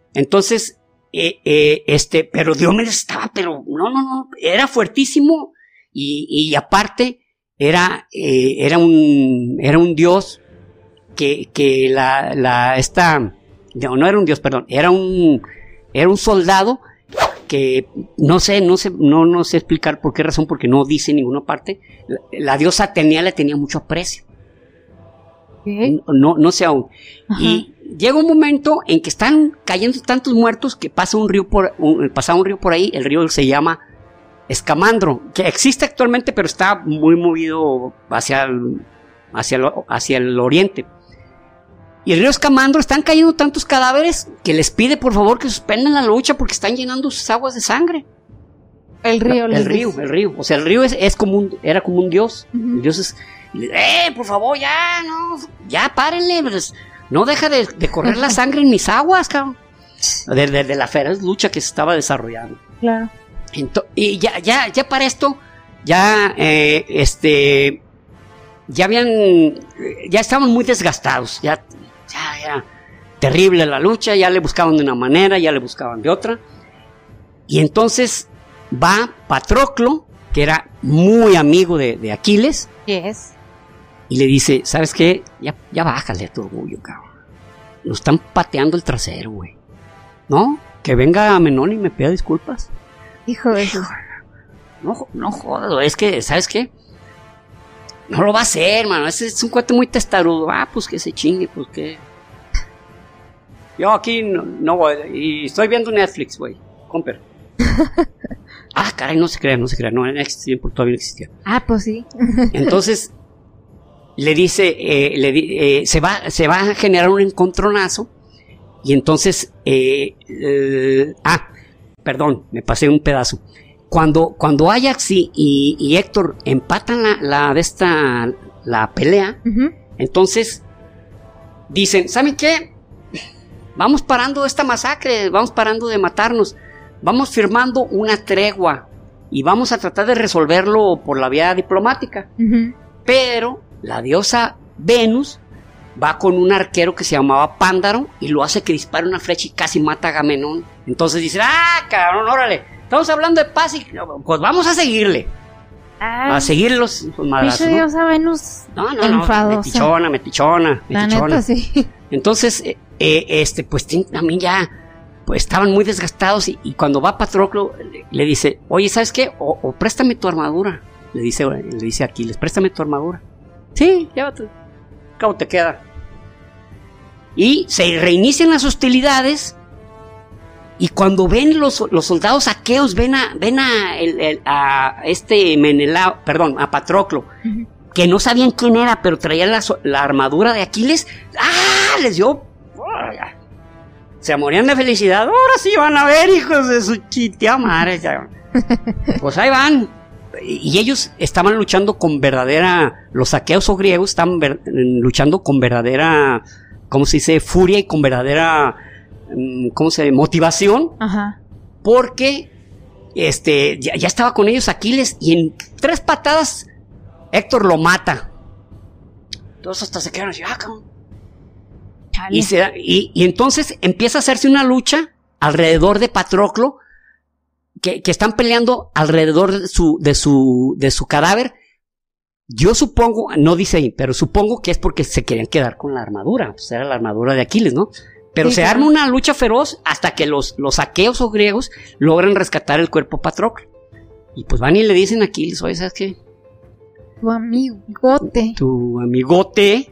Entonces, eh, eh, este, pero Diomedes estaba, pero no, no, no, era fuertísimo y, y aparte era, eh, era, un, era un dios que, que la, la, esta, no, no era un dios, perdón, era un, era un soldado que no sé, no sé, no, no sé explicar por qué razón, porque no dice en ninguna parte, la, la diosa Atenea le tenía mucho aprecio. ¿Qué? No, no sé aún. Ajá. Y llega un momento en que están cayendo tantos muertos que pasa un río por, un, pasa un río por ahí, el río se llama Escamandro, que existe actualmente, pero está muy movido hacia el, hacia el, hacia el oriente. Y el río Escamandro, están cayendo tantos cadáveres que les pide por favor que suspendan la lucha porque están llenando sus aguas de sangre. El río. El río, dice. el río. O sea, el río es, es como un, era como un dios. Uh-huh. El dios es, eh, por favor, ya, no, ya, párenle. Pues, no deja de, de correr la sangre en mis aguas, cabrón. De, de, de la feroz lucha que se estaba desarrollando. Claro. Entonces, y ya, ya, ya para esto, ya, eh, este, ya habían, ya estaban muy desgastados, ya, ya era terrible la lucha, ya le buscaban de una manera, ya le buscaban de otra, y entonces va Patroclo, que era muy amigo de, de Aquiles, yes. y le dice, ¿sabes qué? Ya, ya bájale a tu orgullo, cabrón, nos están pateando el trasero, güey, ¿no? Que venga Menón y me pida disculpas. Hijo de eso. No, no jodas, es que, ¿sabes qué? No lo va a hacer, mano. Ese es un cuate muy testarudo. Ah, pues que se chingue, pues que. Yo aquí no, no voy. Y estoy viendo Netflix, güey. Comper. Ah, caray, no se crea, no se crea. No, en ese tiempo todavía no existía. Ah, pues sí. Entonces, le dice, eh, le, eh, se, va, se va a generar un encontronazo. Y entonces, eh, eh, ah, perdón, me pasé un pedazo. Cuando, cuando Ajax y, y, y Héctor empatan la, la de esta, la pelea, uh-huh. entonces dicen, ¿saben qué? Vamos parando esta masacre, vamos parando de matarnos, vamos firmando una tregua y vamos a tratar de resolverlo por la vía diplomática. Uh-huh. Pero la diosa Venus va con un arquero que se llamaba Pándaro y lo hace que dispare una flecha y casi mata a Agamenón. Entonces dicen, ah, cabrón, órale, estamos hablando de paz y pues vamos a seguirle. Ay, a seguir los, los madrazos, ¿no? Diosa Venus no, no, no, metichona, metichona, la metichona. neta, sí. Entonces, eh, eh, este, pues también ya, pues estaban muy desgastados y, y cuando va Patroclo le, le dice, oye, ¿sabes qué? O, o préstame tu armadura. Le dice, le dice a Aquiles, préstame tu armadura. Sí, llévate. ¿Cómo te queda? Y se reinician las hostilidades. Y cuando ven los, los soldados aqueos, ven a, ven a, el, el, a este Menelao, perdón, a Patroclo, uh-huh. que no sabían quién era, pero traía la, la armadura de Aquiles. ¡Ah! Les dio. Oh, se morían de felicidad. Ahora sí van a ver, hijos de su chitea madre. Pues ahí van. Y ellos estaban luchando con verdadera, los aqueos o griegos estaban ver, luchando con verdadera, ¿cómo se dice? Furia y con verdadera, ¿cómo se dice? Motivación. Ajá. Porque este, ya, ya estaba con ellos Aquiles y en tres patadas Héctor lo mata. Todos hasta se quedaron así, ah, cabrón. Y, se, y, y entonces empieza a hacerse una lucha alrededor de Patroclo. Que, que están peleando alrededor de su, de su, de su cadáver. Yo supongo, no dice ahí, pero supongo que es porque se querían quedar con la armadura. Pues era la armadura de Aquiles, ¿no? Pero sí, se claro. arma una lucha feroz hasta que los, los aqueos o griegos logran rescatar el cuerpo Patroclo. Y pues van y le dicen a Aquiles, oye, ¿sabes qué? Tu amigote. Tu amigote,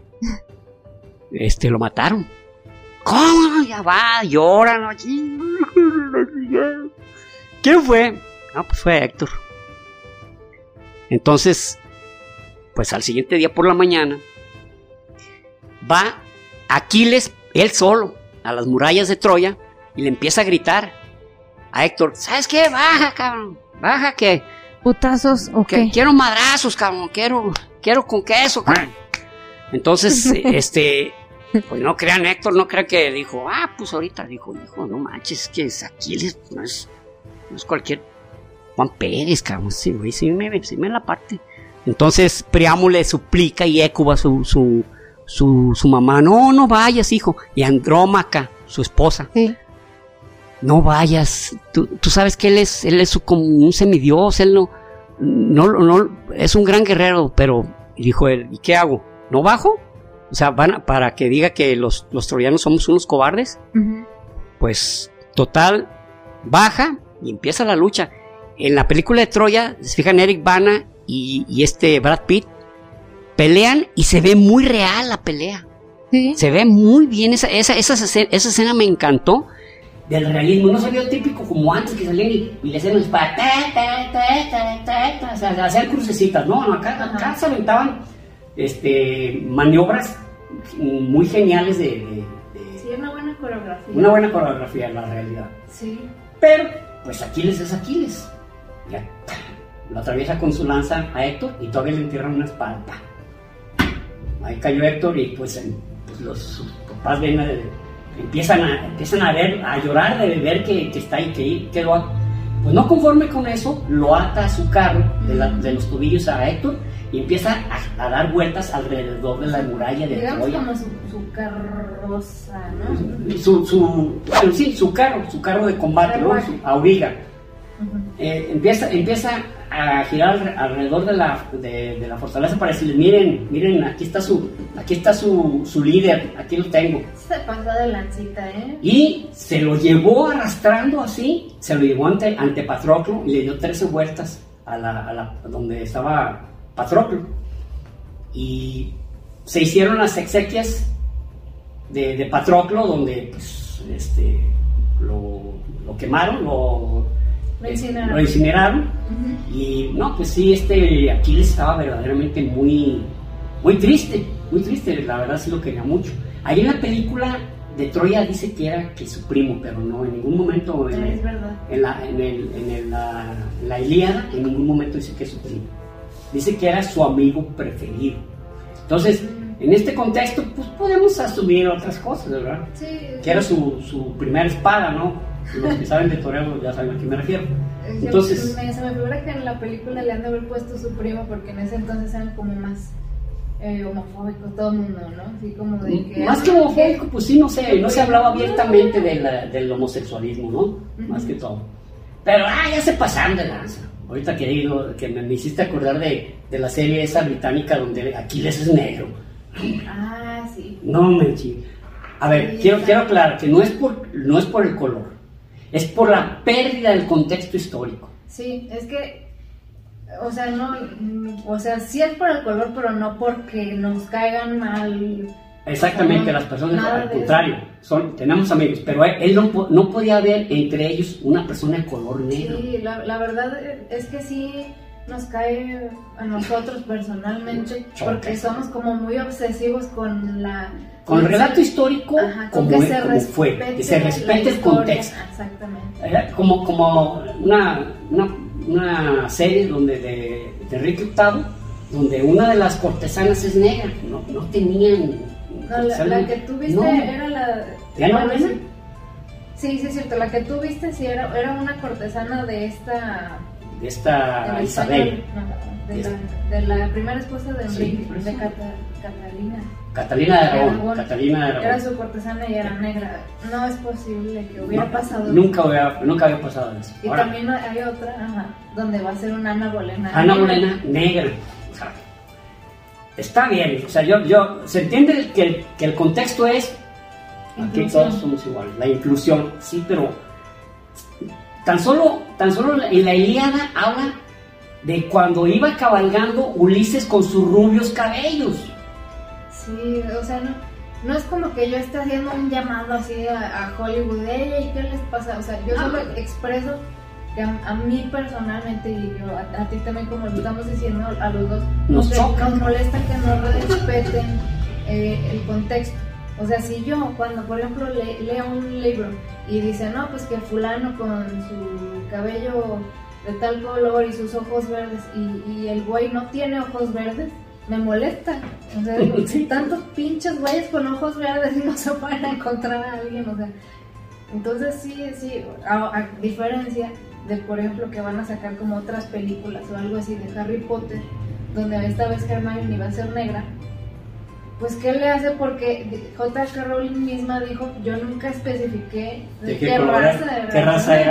este, lo mataron. ¿Cómo? Ya va, lloran, ¿no? ¿Quién fue? No, pues fue Héctor. Entonces, pues al siguiente día por la mañana, va Aquiles, él solo, a las murallas de Troya, y le empieza a gritar a Héctor, ¿sabes qué? Baja, cabrón, baja que... ¿Putazos o que, qué? Quiero madrazos, cabrón, quiero, quiero con queso, cabrón. Entonces, este... Pues no crean, Héctor, no crean que dijo, ah, pues ahorita, dijo, hijo, no manches, que es Aquiles, no es... No es cualquier Juan Pérez, cabrón, sí, güey, sí me, sí me la parte. Entonces Priamo le suplica y Hécuba, su, su, su, su mamá, no, no vayas, hijo. Y Andrómaca, su esposa, sí. No vayas. Tú, tú sabes que él es, él es como un semidios, él no, no, no, es un gran guerrero, pero, y dijo él, ¿y qué hago? ¿No bajo? O sea, van a, para que diga que los, los troyanos somos unos cobardes. Uh-huh. Pues, total, baja y empieza la lucha. En la película de Troya, se fijan, Eric Bana y, y este Brad Pitt pelean y se ve muy real la pelea. ¿Sí? Se ve muy bien, esa, esa, esa, esa escena me encantó. Del realismo, no se vio típico como antes que salían y, y le hacían los pa, ta, ta, ta, ta, ta, ta, o sea, hacían crucecitas, no, acá, acá se aventaban este, maniobras muy geniales de, de, de... Sí, una buena coreografía. Una buena coreografía, en la realidad. Sí. Pero, pues Aquiles es Aquiles. Ya, lo atraviesa con su lanza a Héctor y todavía le entierran una espada. Ahí cayó Héctor y pues, pues los sus papás ven, eh, empiezan, a, empiezan a ver, a llorar de ver que, que está ahí, que, que lo, pues no conforme con eso, lo ata a su carro de, la, de los tobillos a Héctor y empieza a, a dar vueltas alrededor de la muralla de Digamos Troya. Como su, su carroza, ¿no? Su, su, bueno, sí, su carro, su carro de combate, ¿no? Su auriga. Uh-huh. eh, empieza, empieza a girar alrededor de la, de, de la fortaleza para decirles, miren, miren, aquí está su, aquí está su, su líder, aquí lo tengo. Se pasó de lancita, ¿eh? Y se lo llevó arrastrando así, se lo llevó ante, ante Patroclo y le dio trece vueltas a la, a la donde estaba Patroclo. Y se hicieron las exequias de, de Patroclo, donde pues, este, lo, lo quemaron, lo... Lo incineraron. Lo incineraron. Uh-huh. Y no, pues sí, este Aquiles estaba verdaderamente muy, muy triste, muy triste, la verdad sí lo quería mucho. Ahí en la película de Troya dice que era que su primo, pero no, en ningún momento en, es verdad. en, la, en, el, en, el, la, en la Ilíada, en ningún momento dice que es su primo. Dice que era su amigo preferido. Entonces, uh-huh. en este contexto, pues podemos asumir otras cosas, ¿verdad? Sí. Que era su, su primera espada, ¿no? Los que saben de toreo ya saben a qué me refiero. Entonces, me, se me figura que en la película le han de haber puesto su primo porque en ese entonces eran como más eh, homofóbicos todo el mundo, ¿no? Así como de que... Más que homofóbico, pues sí, no sé, no se hablaba abiertamente de la, del homosexualismo, ¿no? Uh-huh. Más que todo. Pero, ah, ya se pasaron de lanza. Ahorita que, digo, que me, me hiciste acordar de, de la serie esa británica donde Aquiles es negro. Ah, sí. No me chido. A ver, sí, quiero, quiero aclarar que no es por, no es por el color. Es por la pérdida del contexto histórico. Sí, es que, o sea, no, o sea, sí es por el color, pero no porque nos caigan mal. Exactamente, no, las personas, al contrario, son, tenemos amigos, pero él, él no, no podía ver entre ellos una persona de color negro. Sí, la, la verdad es que sí nos cae a nosotros personalmente, Choque. Porque somos como muy obsesivos con la... Con el relato histórico, ajá, como, que se como fue, que se respete el contexto. Exactamente. Como, como una, una, una serie donde de, de Enrique octavo, donde una de las cortesanas es negra, no, no tenían... No, la, la que tú viste no. era la... ¿Ya no ves? Sí, sí, es cierto, la que tú viste sí era, era una cortesana de esta... De esta de Isabel. No, de, la, de la primera esposa de Enrique, sí, de Cata, Catalina. Catalina de Aragón, Catalina de Aragón. Era su cortesana y era negra. No es posible que hubiera no, pasado nunca eso. Hubiera, nunca había pasado eso. Y ahora, también hay otra, ajá, donde va a ser una Ana Bolena. Ana Bolena negra. O sea, está bien, o sea, yo, yo, se entiende que el, que el contexto es, aquí todos somos iguales, la inclusión, sí, pero tan solo, tan solo en la Ilíada habla de cuando iba cabalgando Ulises con sus rubios cabellos. Sí, o sea, no, no es como que yo esté haciendo un llamado así a, a Hollywood, ¿y qué les pasa? O sea, yo solo ah. expreso que a, a mí personalmente, y yo, a, a ti también, como lo estamos diciendo a los dos, nos, nos, nos molesta que no respeten eh, el contexto. O sea, si yo, cuando por ejemplo le, leo un libro y dice, no, pues que fulano con su cabello de tal color y sus ojos verdes, y, y el güey no tiene ojos verdes, me molesta. O sea, digo, sí. Tantos pinches güeyes con ojos verdes y no se pueden encontrar a alguien, o sea. Entonces sí, sí, a, a diferencia de, por ejemplo, que van a sacar como otras películas o algo así de Harry Potter, donde esta vez Hermione iba a ser negra, pues ¿qué le hace? Porque J K Rowling misma dijo, yo nunca especifiqué de qué, qué raza era. ¿Qué raza era?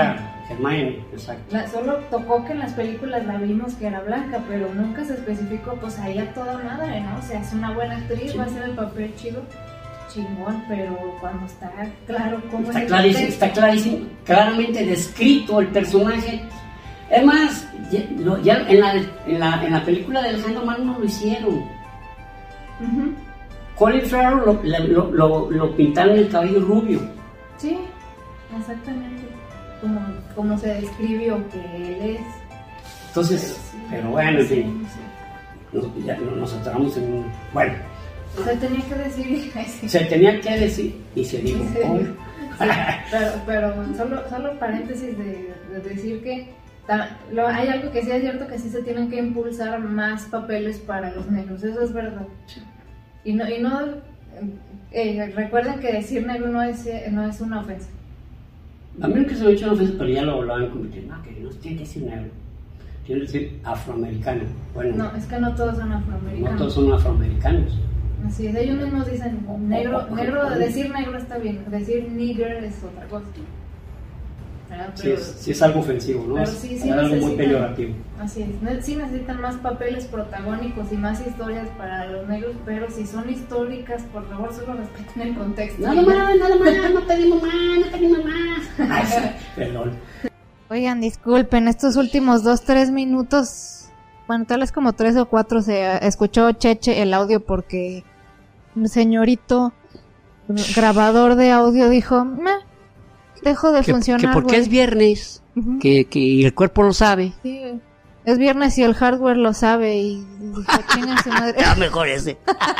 Hermione, exacto. La, solo tocó que en las películas la vimos que era blanca, pero nunca se especificó, pues ahí a toda madre, ¿no? O sea, es una buena actriz, sí. Va a hacer el papel chido, chingón, pero cuando está claro cómo está es clarísimo, el está clarísimo, claramente descrito el personaje. Es más, ya, lo, ya en, la, en, la, en la película de Alejandro Magno lo hicieron. Uh-huh. Colin Farrell lo, lo, lo, lo pintaron el cabello rubio. Sí, exactamente. Como, como se describió que él es. Entonces, pero, sí, pero bueno, en fin. Sí. Nos, ya nos atoramos en un. Bueno. Se tenía que decir. Sí. Se tenía que decir y se dijo. Sí, sí, pero, pero solo, solo paréntesis de, de decir que ta, lo, hay algo que sí es cierto, que sí se tienen que impulsar más papeles para los negros. Eso es verdad. Sí. Y no, y no eh, recuerden que decir negro no es, no es una ofensa. A mí no que se me ha hecho una ofensa, pero ya lo, lo han convertido. No, que no tiene que decir negro, tiene que decir afroamericano. Bueno, no, es que no todos son afroamericanos. No todos son afroamericanos. Así es, ellos mismos dicen negro, negro, decir negro está bien, decir nigger es otra cosa. Pero, sí, es, sí es algo ofensivo, ¿no? Pero sí, sí es algo muy peyorativo. Así es, sí necesitan más papeles protagónicos y más historias para los negros, pero si son históricas, por favor, solo respeten el contexto. Nada más, nada más, no pedimos más, no pedimos más. Ay, sí, perdón. Oigan, disculpen, estos últimos dos, tres minutos, bueno, tal vez como tres o cuatro se escuchó cheche el audio porque un señorito grabador de audio dijo, meh, dejo de que, funcionar. Que porque güey. Es viernes, uh-huh. que, que el cuerpo lo sabe. Sí, es viernes y el hardware lo sabe y dijo, chinga su madre. Ya mejor ese.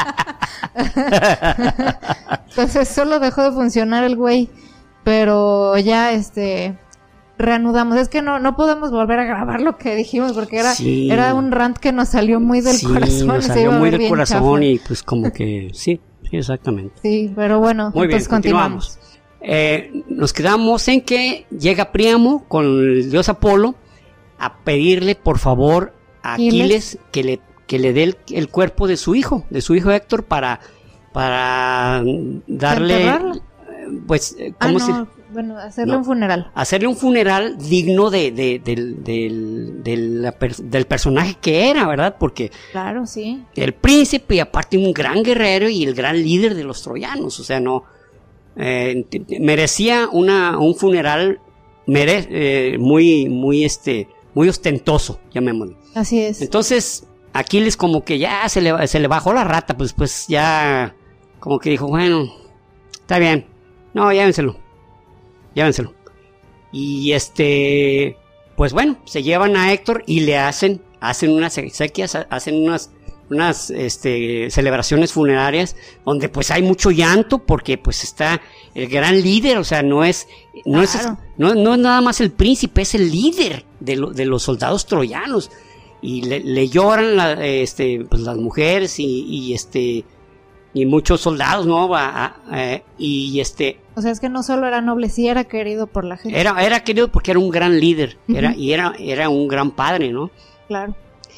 Entonces solo dejó de funcionar el güey, pero ya este reanudamos. Es que no no podemos volver a grabar lo que dijimos porque era sí. era un rant que nos salió muy del sí, corazón. Nos salió muy del corazón chafa. Y pues como que sí, sí, exactamente. Sí, pero bueno, muy entonces bien, continuamos. continuamos. Eh, nos quedamos en que llega Príamo con el dios Apolo a pedirle por favor a Aquiles que le, que le dé el, el cuerpo de su hijo, de su hijo Héctor para, para darle, pues, ¿cómo ah, se? No, bueno, hacerle no, un funeral. Hacerle un funeral digno de, de, de, de, de, de la, del personaje que era, ¿verdad? Porque claro, sí. El príncipe y aparte un gran guerrero y el gran líder de los troyanos, o sea, no... Eh, merecía una, un funeral mere, eh, muy, muy, este, muy ostentoso, llamémoslo. Así es. Entonces, Aquiles como que ya se le, se le bajó la rata, pues, pues ya, como que dijo, bueno, está bien, no, llévenselo, llévenselo. Y este, pues bueno, se llevan a Héctor y le hacen, hacen unas exequias, hacen unas unas este, celebraciones funerarias donde pues hay mucho llanto porque pues está el gran líder, o sea, no es no, claro. es, no, no es nada más el príncipe, es el líder de, lo, de los soldados troyanos y le, le lloran la, este, pues, las mujeres y, y este y muchos soldados, ¿no? A, a, a, y este o sea, es que no solo era noble, sí era querido por la gente. Era, era querido porque era un gran líder, uh-huh. era, y era, era un gran padre, ¿no? Claro.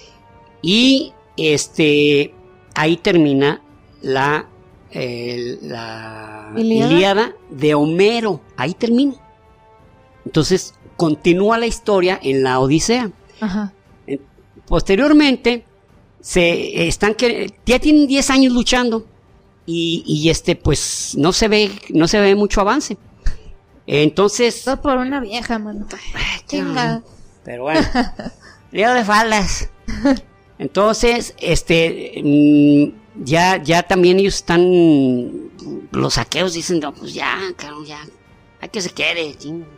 Y Este, ahí termina la, eh, la ¿Ilíada? Ilíada de Homero, ahí termina. Entonces, continúa la historia en la Odisea. Ajá. Posteriormente, se están que ya tienen diez años luchando y, y este, pues, no se ve, no se ve mucho avance. Entonces. Todo por una vieja, mano. Chinga. Pero bueno, lío de faldas. Entonces, este, ya, ya también ellos están, los aqueos dicen, no, pues ya, cabrón, ya, hay que se quede, ching.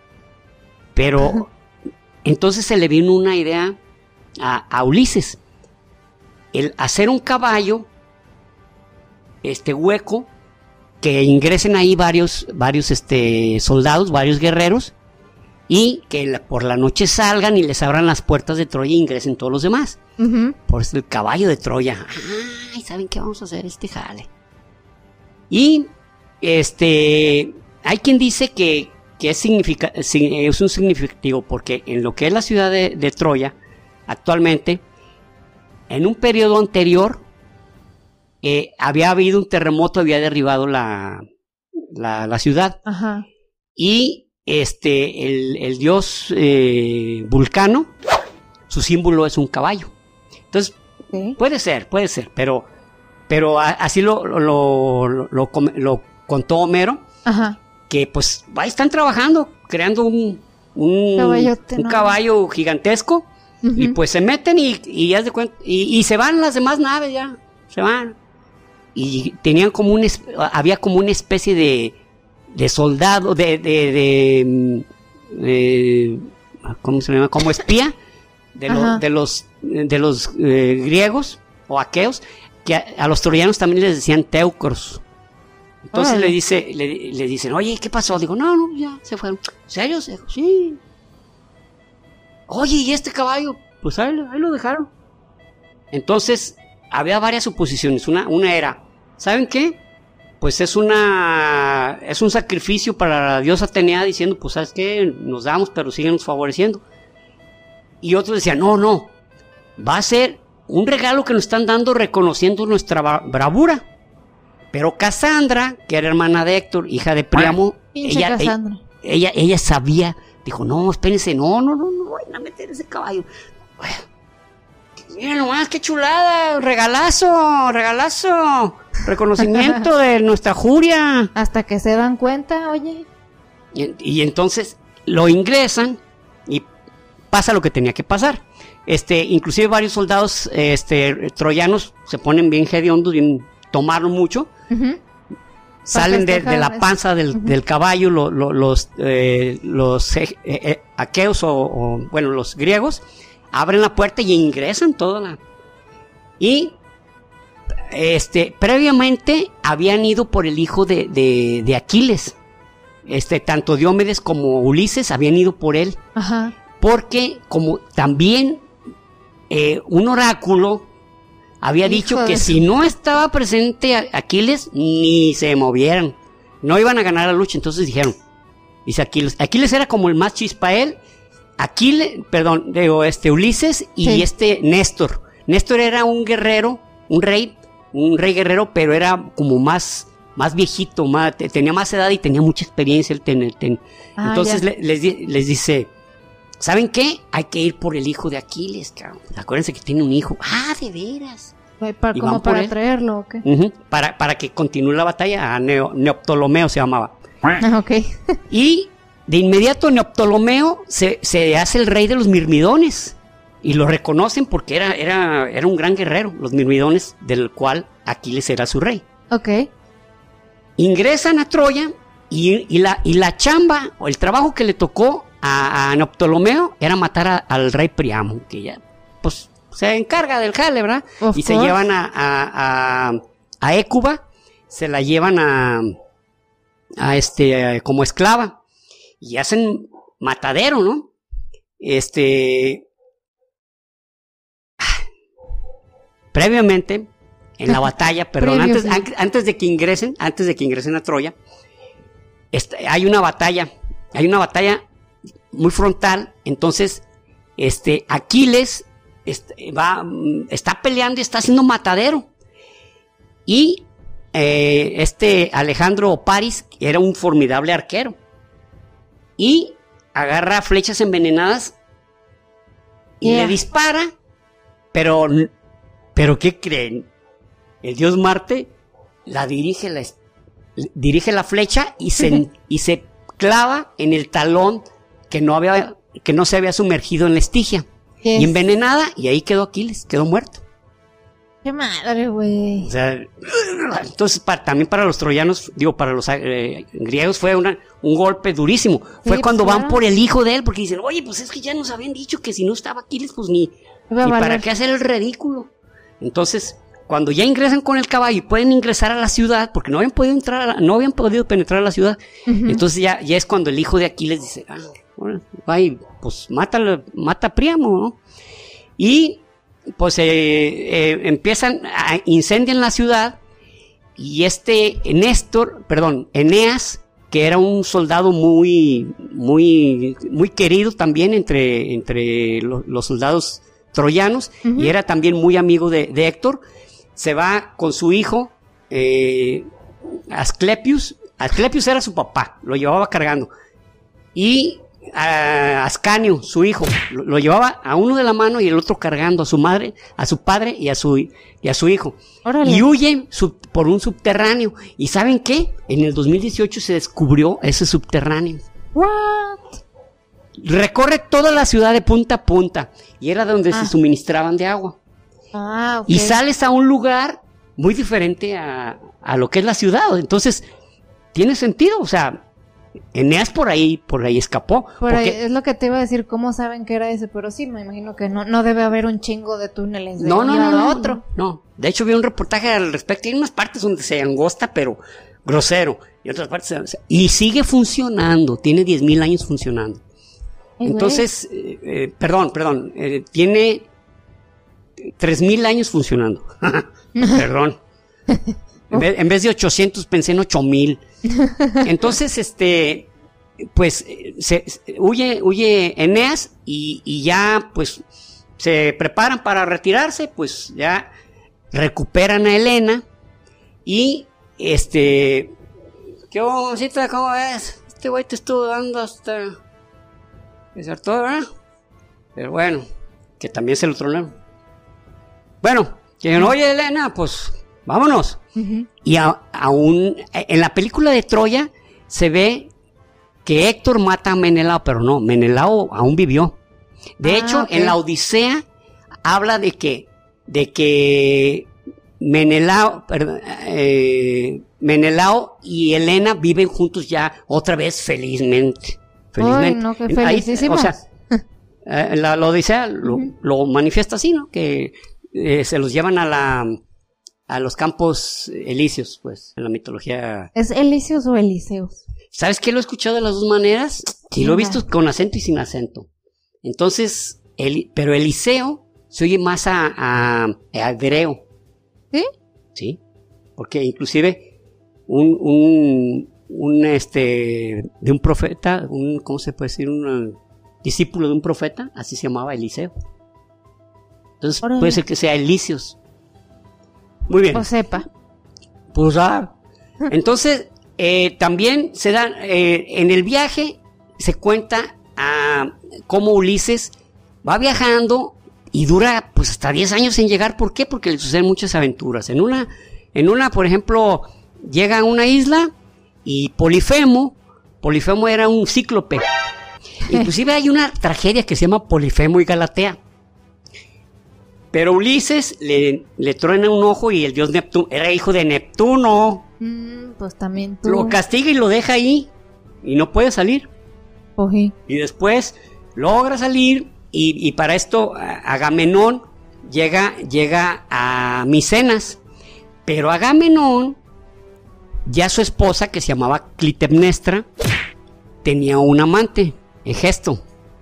Pero, entonces se le vino una idea a, a Ulises, el hacer un caballo, este hueco, que ingresen ahí varios, varios, este, soldados, varios guerreros, y que la, por la noche salgan y les abran las puertas de Troya e ingresen todos los demás. Uh-huh. Por eso el caballo de Troya. Ay, ¿saben qué vamos a hacer? Este jale. Y este hay quien dice que, que es, significa, es un significativo porque en lo que es la ciudad de, de Troya, actualmente, en un periodo anterior, eh, había habido un terremoto, había derribado la, la, la ciudad. Ajá. Y este, el, el dios eh, Vulcano, su símbolo es un caballo. Entonces, ¿sí? puede ser, puede ser, pero, pero a, así lo, lo, lo, lo, lo, lo contó Homero. Ajá. Que pues ahí están trabajando, creando un, un, un no. caballo gigantesco. Uh-huh. Y pues se meten y, y ya de cuenta, y, y se van las demás naves ya, se van. Y tenían como un, había como una especie de, de soldado, de, de, de, de, ¿cómo se llama? Como espía de, lo, de los, de los eh, griegos o aqueos, que a, a los troyanos también les decían teucros. Entonces Ay. le dice, le, le dicen, oye, ¿qué pasó? Digo, no, no, ya, se fueron. ¿En serio? Sí. Oye, ¿y este caballo? Pues ahí, ahí lo dejaron. Entonces, había varias suposiciones. Una, una era, ¿saben qué? Pues es una es un sacrificio para la diosa Atenea diciendo, pues ¿sabes qué? Nos damos, pero síguenos favoreciendo. Y otros decían, no, no, va a ser un regalo que nos están dando reconociendo nuestra bra- bravura. Pero Casandra, que era hermana de Héctor, hija de Príamo, ella, ella, ella, ella sabía. Dijo, no, espérense, no, no, no, no vayan a meter ese caballo. Bueno, miren nomás, qué chulada, regalazo, regalazo, reconocimiento de nuestra juria. Hasta que se dan cuenta, oye. Y, y entonces lo ingresan y pasa lo que tenía que pasar. Este, inclusive varios soldados este, troyanos se ponen bien hediondos, bien, tomaron mucho. Uh-huh. Salen de, de la panza del, uh-huh. del caballo lo, lo, los, eh, los eh, eh, aqueos o, o, bueno, los griegos, abren la puerta y ingresan toda la... Y, este, previamente habían ido por el hijo de, de, de Aquiles. Este, tanto Diomedes como Ulises habían ido por él. Ajá. Porque, como también eh, un oráculo había Hijo dicho que si no estaba presente Aquiles, ni se movieran, no iban a ganar la lucha. Entonces dijeron, dice Aquiles, Aquiles era como el más chispael, Aquiles, perdón, digo, este Ulises y sí. este Néstor. Néstor era un guerrero, un rey, un rey guerrero, pero era como más, más viejito, más, tenía más edad y tenía mucha experiencia. El ten, el ten. Ah, Entonces le, les, les dice, ¿saben qué? Hay que ir por el hijo de Aquiles, cabrón. Acuérdense que tiene un hijo. Ah, de veras. Para, ¿Cómo para él? Traerlo o qué? Uh-huh. Para, para que continúe la batalla. A Neo, Neoptolomeo se llamaba. Ah, ok. Y de inmediato Neoptolomeo se, se hace el rey de los mirmidones. Y lo reconocen porque era, era, era un gran guerrero. Los mirmidones, del cual Aquiles era su rey. Ok. Ingresan a Troya y, y, la, y la chamba o el trabajo que le tocó a, a Neoptolomeo era matar a, al rey Príamo, que ya pues se encarga del jale, ¿verdad? Of y course. Se llevan a, a, a, a Hécuba, se la llevan a, a este a, como esclava y hacen matadero, ¿no? Este previamente en la batalla, perdón, antes, an, antes de que ingresen, antes de que ingresen a Troya, este, hay una batalla, hay una batalla muy frontal. Entonces, este Aquiles este, va, está peleando y está haciendo matadero. Y eh, este Alejandro Paris era un formidable arquero. Y agarra flechas envenenadas y yeah. le dispara. Pero, pero ¿qué creen? El dios Marte la dirige la, dirige la flecha y se, y se clava en el talón que no había, que no se había sumergido en la Estigia. Yes. Y envenenada, y ahí quedó Aquiles, quedó muerto. ¡Qué madre, güey! O sea, entonces para, también para los troyanos, digo, para los eh, griegos fue una, un golpe durísimo. Sí, fue cuando pues, van por el hijo de él, porque dicen, oye, pues es que ya nos habían dicho que si no estaba Aquiles, pues ni, ni para qué hacer el ridículo. Entonces, cuando ya ingresan con el caballo y pueden ingresar a la ciudad, porque no habían podido entrar, a la, no habían podido penetrar a la ciudad, uh-huh. entonces ya, ya es cuando el hijo de Aquiles dice, ah, bueno, ay, pues mátalo, mata a Príamo, ¿no? Y pues eh, eh, empiezan a incendiar la ciudad y este Néstor, perdón, Eneas, que era un soldado muy, muy, muy querido también entre, entre lo, los soldados troyanos, uh-huh. y era también muy amigo de, de Héctor, se va con su hijo, eh, Asclepius. Asclepius era su papá, lo llevaba cargando. y a Ascanio, su hijo, lo, lo llevaba a uno de la mano y el otro cargando a su madre, a su padre y a su, y a su hijo. Órale. Y huyen sub, por un subterráneo. ¿Y saben qué? En el dos mil dieciocho se descubrió ese subterráneo. What? Recorre toda la ciudad de punta a punta y era donde ah. se suministraban de agua. Ah, okay. Y sales a un lugar muy diferente a, a lo que es la ciudad. Entonces, tiene sentido, o sea, Eneas por ahí, por ahí escapó. Por ahí, es lo que te iba a decir, ¿cómo saben que era ese? Pero sí, me imagino que no, no debe haber un chingo de túneles de no, un no, lado no, a otro. No, de hecho vi un reportaje al respecto, hay unas partes donde se angosta, pero grosero, y otras partes, y sigue funcionando, tiene diez mil años funcionando. Ay, entonces, eh, eh, perdón, perdón, eh, tiene tres mil años funcionando, perdón. En vez, en vez de ochocientos pensé en ocho mil. Entonces, este, pues, se, se, huye, huye Eneas y, y ya, pues, se preparan para retirarse, pues, ya recuperan a Helena y, este, ¿qué boncita? ¿Cómo ves? Este güey te estuvo dando hasta, se hartó, ¿verdad? Pero bueno, que también se lo tronaron. Bueno, que no, oye, Helena, pues, vámonos. Uh-huh. Y a, aún en la película de Troya se ve que Héctor mata a Menelao, pero no, Menelao aún vivió. De ah, hecho, okay. en la Odisea habla de que de que Menelao, perdón, eh, Menelao y Helena viven juntos ya otra vez felizmente. felizmente. Ay, no, qué felicísimos. Ahí, o sea, eh, la, la Odisea lo, uh-huh. lo manifiesta así, ¿no? Que eh, se los llevan a la a los campos elíseos, pues, en la mitología. ¿Es elíseos o elíseos? ¿Sabes qué? Lo he escuchado de las dos maneras y lo he visto con acento y sin acento. Entonces, el, pero Eliseo se oye más a, a, a hebreo. ¿Sí? Sí, porque inclusive un, un, un este, de un profeta, un, ¿cómo se puede decir? Un discípulo de un profeta, así se llamaba Eliseo. Entonces, Órale. puede ser que sea Elíseos. Muy bien. O sepa. Pues ah, entonces eh, también se da eh, en el viaje se cuenta a cómo Ulises va viajando y dura pues hasta diez años en llegar. ¿Por qué? Porque le suceden muchas aventuras. En una, en una, por ejemplo, llega a una isla y Polifemo, Polifemo era un cíclope. Inclusive hay una tragedia que se llama Polifemo y Galatea. Pero Ulises le, le truena un ojo y el dios Neptuno, era hijo de Neptuno. Mm, pues también tú. Lo castiga y lo deja ahí y no puede salir. Ojí. Y después logra salir y, y para esto Agamenón llega, llega a Micenas. Pero Agamenón, ya su esposa que se llamaba Clitemnestra, tenía un amante, Hegesto.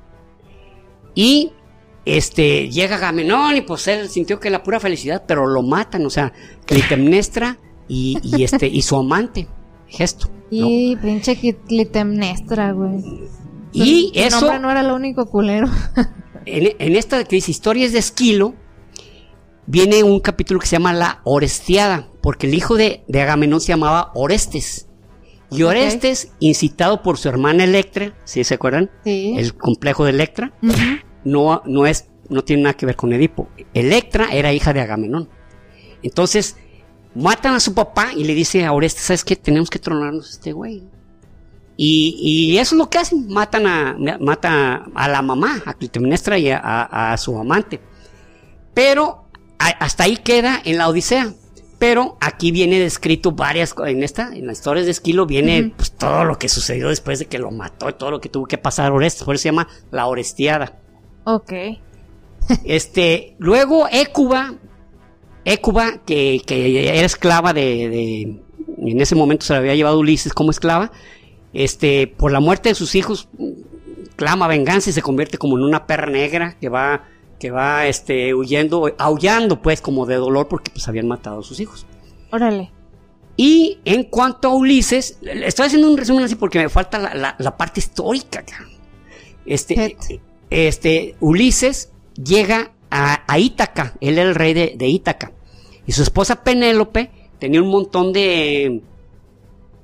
Y Este, llega Agamenón y pues él sintió que la pura felicidad, pero lo matan, o sea, Clitemnestra y, y este, y su amante, Gesto. Y ¿no? pinche Clitemnestra, güey. Y su, eso. Su nombre no era lo único culero. En, en esta que dice Historias de Esquilo, viene un capítulo que se llama La Orestiada, porque el hijo de, de Agamenón se llamaba Orestes. Y Orestes, okay. incitado por su hermana Electra, ¿sí se acuerdan? Sí. El complejo de Electra. Uh-huh. No, no, es, no tiene nada que ver con Edipo. Electra era hija de Agamenón. Entonces, matan a su papá y le dice a Orestes, ¿sabes qué? Tenemos que tronarnos a este güey. Y, y eso es lo que hacen. Matan a, mata a la mamá, a Clitemnestra y a, a, a su amante. Pero a, hasta ahí queda en la Odisea. Pero aquí viene descrito varias cosas. En esta, en las historias de Esquilo, viene uh-huh. pues, todo lo que sucedió después de que lo mató y todo lo que tuvo que pasar Orestes. Por eso se llama La Orestiada. Ok. este, luego Hécuba, Hécuba, que, que era esclava de, de, en ese momento se la había llevado Ulises como esclava, este, por la muerte de sus hijos, clama venganza y se convierte como en una perra negra que va, que va, este, huyendo, aullando, pues, como de dolor porque, pues, habían matado a sus hijos. Órale. Y en cuanto a Ulises, estoy haciendo un resumen así porque me falta la, la, la parte histórica. Este... Pet. Este, Ulises llega a, a Ítaca, él era el rey de, de Ítaca, y su esposa Penélope tenía un montón de,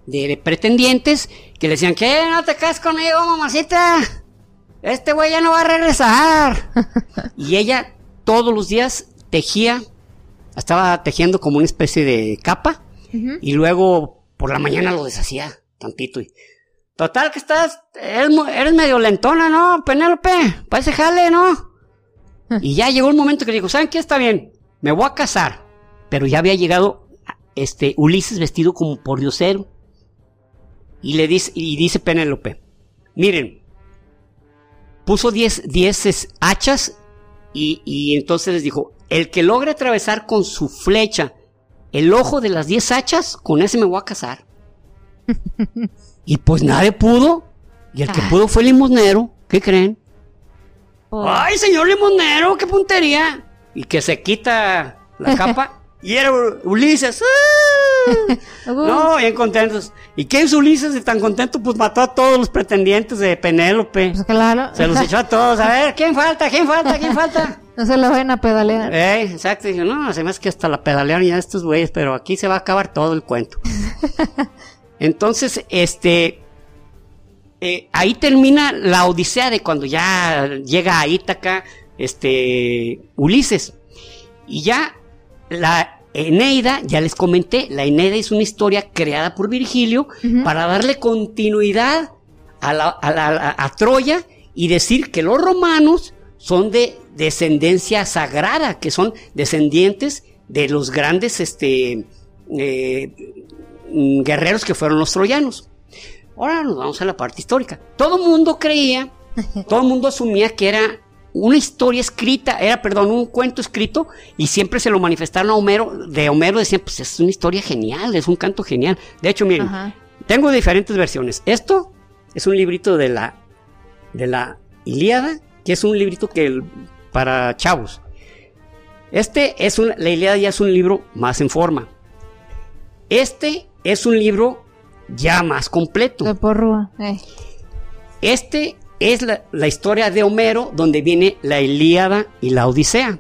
de pretendientes que le decían, ¿qué? ¿No te caes conmigo, mamacita? Este güey ya no va a regresar. Y ella todos los días tejía, estaba tejiendo como una especie de capa, uh-huh. y luego por la mañana lo deshacía tantito. Y, total que estás, eres, eres medio lentona, ¿no, Penélope? Parece jale, ¿no? Y ya llegó el momento que dijo, ¿saben qué? Está bien, me voy a casar. Pero ya había llegado este Ulises vestido como pordiosero. Y le dice, y dice Penélope, miren, puso diez hachas y, y entonces les dijo, el que logre atravesar con su flecha el ojo de las diez hachas, con ese me voy a casar. Y pues nadie pudo, y el que pudo fue el limosnero. ¿Qué creen? Oh. ¡Ay, señor limosnero, qué puntería! Y que se quita la capa, y era Ulises. ¡Ah! No, bien contentos. ¿Y qué es Ulises de tan contento? Pues mató a todos los pretendientes de Penélope. Pues claro. Se los echó a todos. A ver, ¿quién falta? ¿Quién falta? ¿Quién falta? No se lo ven a pedalear. Eh, exacto. Dije, no, se me hace que hasta la pedalearon ya estos güeyes, pero aquí se va a acabar todo el cuento. Entonces, este... Eh, ahí termina la odisea de cuando ya llega a Ítaca, este... Ulises. Y ya la... Eneida, ya les comenté, la Eneida es una historia creada por Virgilio uh-huh. para darle continuidad a, la, a, la, a, a Troya y decir que los romanos son de descendencia sagrada, que son descendientes de los grandes este, eh, guerreros que fueron los troyanos. Ahora nos vamos a la parte histórica. Todo el mundo creía, todo el mundo asumía que era una historia escrita, era, perdón, un cuento escrito, y siempre se lo manifestaron a Homero. De Homero decían, pues es una historia genial, es un canto genial. De hecho, miren, ajá. tengo diferentes versiones. Esto es un librito de la de la Ilíada, que es un librito que para chavos. Este es un, la Ilíada ya es un libro más en forma. Este es un libro ya más completo. De porrúa. Eh. Este es la, la historia de Homero, donde viene la Ilíada y la Odisea.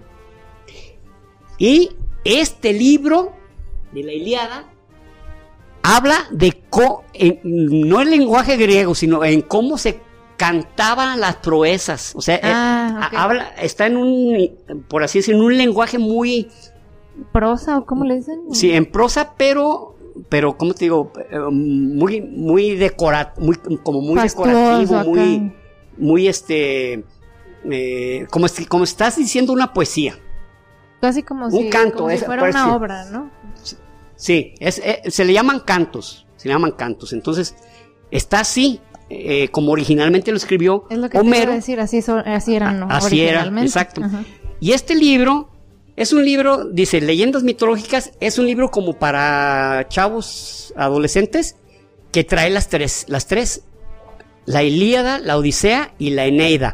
Y este libro de la Ilíada habla de co, en, no el lenguaje griego, sino en cómo se cantaban las proezas. O sea, ah, eh, okay. habla, está en un, por así decirlo, en un lenguaje muy... ¿Prosa o cómo le dicen? Sí, en prosa, pero... pero ¿cómo te digo? muy muy decorativo, muy como muy Fastuoso decorativo, acá. muy muy este eh, como si, como estás diciendo una poesía, casi como un si, canto, como es, si fuera una obra, ¿no? Sí, es, eh, se le llaman cantos, se le llaman cantos. Entonces está así eh, como originalmente lo escribió es lo que Homero. Te iba a decir, así, so, así eran, ¿no? Así era, exacto. Ajá. Y este libro es un libro, dice, leyendas mitológicas, es un libro como para chavos adolescentes que trae las tres, las tres, la Ilíada, la Odisea y la Eneida.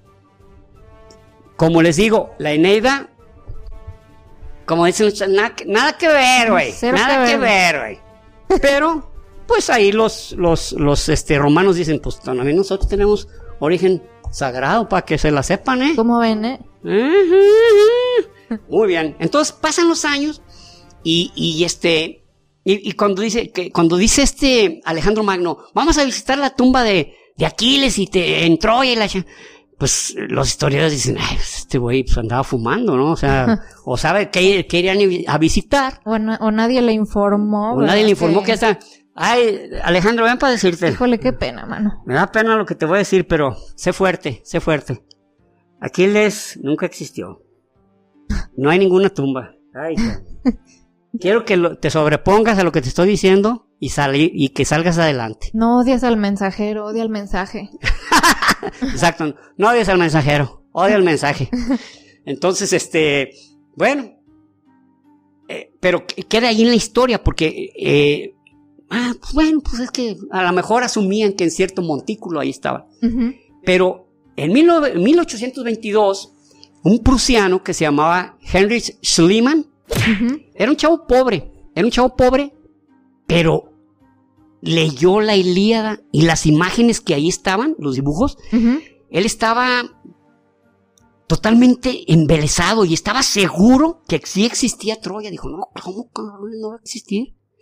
Como les digo, la Eneida, como dicen, nada, nada que ver, güey, nada que ver, güey. Pero, pues ahí los, los, los este, romanos dicen, pues también nosotros tenemos origen sagrado para que se la sepan, ¿eh? ¿Cómo ven, eh? Uh-huh. Muy bien, entonces pasan los años y, y este y, y cuando dice que cuando dice este Alejandro Magno, vamos a visitar la tumba de, de Aquiles y te en Troya y la, pues los historiadores dicen, ay, pues este güey pues andaba fumando, ¿no? O sea, o sabe que, que irían a visitar. O, na, o nadie le informó. O nadie le informó que, que está. Ay, Alejandro, ven para decirte. Híjole, qué pena, mano. Me da pena lo que te voy a decir, pero sé fuerte, sé fuerte. Aquiles nunca existió. No hay ninguna tumba. Ay, quiero que lo, te sobrepongas a lo que te estoy diciendo y, sali, y que salgas adelante. No odias al mensajero, odia al mensaje. Exacto, no odias al mensajero, odia al mensaje. Entonces, este, bueno, eh, pero queda ahí en la historia porque, eh, ah, pues bueno, pues es que a lo mejor asumían que en cierto montículo ahí estaba. Uh-huh. Pero en mil ochocientos veintidós, un prusiano que se llamaba Heinrich Schliemann, uh-huh. era un chavo pobre, era un chavo pobre, pero leyó la Ilíada y las imágenes que ahí estaban, los dibujos, uh-huh. él estaba totalmente embelesado y estaba seguro que sí existía Troya. Dijo, no, ¿cómo no va a existir?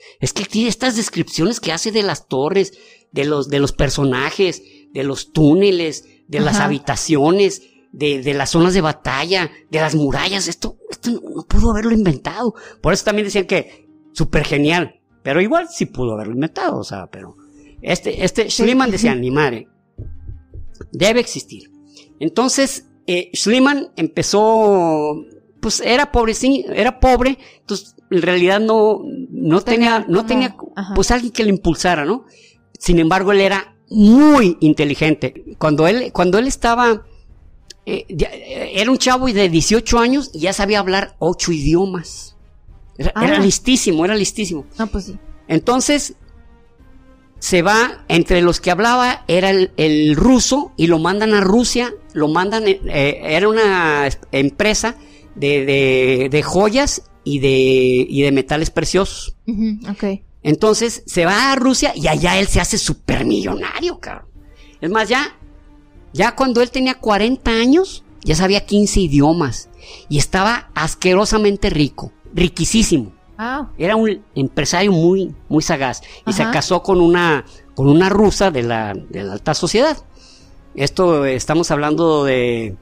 Es que tiene estas descripciones que hace de las torres, de los, de los personajes, de los túneles, de Ajá. las habitaciones, de, de las zonas de batalla, de las murallas. Esto, esto no, no pudo haberlo inventado. Por eso también decían que súper genial. Pero igual sí pudo haberlo inventado, o sea, pero... Este, este, Schliemann decía, ni madre, debe existir. Entonces, eh, Schliemann empezó, pues era pobre, sí, era pobre, entonces en realidad no, no tenía, tenía no tenía, Ajá. pues alguien que le impulsara, ¿no? Sin embargo, él era muy inteligente. Cuando él, cuando él estaba, eh, ya, era un chavo de dieciocho años y ya sabía hablar ocho idiomas. Era, ah. era listísimo, era listísimo. Ah, pues sí. Entonces, se va, entre los que hablaba era el, el ruso y lo mandan a Rusia, lo mandan, eh, era una empresa de, de, de joyas y de, y de metales preciosos. Uh-huh, okay. Entonces se va a Rusia y allá él se hace supermillonario, cabrón. Es más, ya, ya cuando él tenía cuarenta años, ya sabía quince idiomas y estaba asquerosamente rico, riquísimo. Wow. Era un empresario muy, muy sagaz. Y Ajá. se casó con una, con una rusa de la, de la alta sociedad. Esto eh, estamos hablando de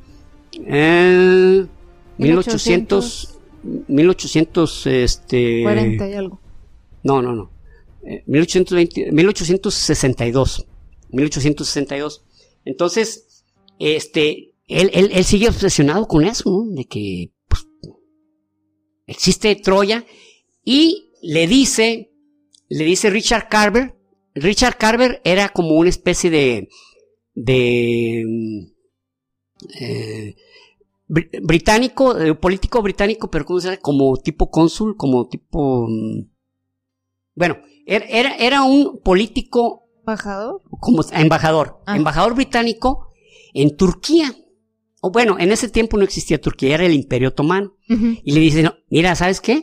eh, mil ochocientos, mil ochocientos, este, cuarenta y algo. No, no, no. Eh, mil ochocientos veinte, mil ochocientos sesenta y dos. mil ochocientos sesenta y dos. Entonces, este, él, él, él sigue obsesionado con eso, ¿no? De que pues, existe Troya. Y le dice, le dice Richard Carver, Richard Carver era como una especie de, de, eh, br- británico, eh, político británico, pero ¿cómo se llama? Como tipo cónsul, como tipo, bueno, era, era, era un político. ¿Embajador? Como embajador, ah. embajador británico en Turquía. O bueno, en ese tiempo no existía Turquía, era el Imperio Otomano. Uh-huh. Y le dice, no, mira, ¿sabes qué?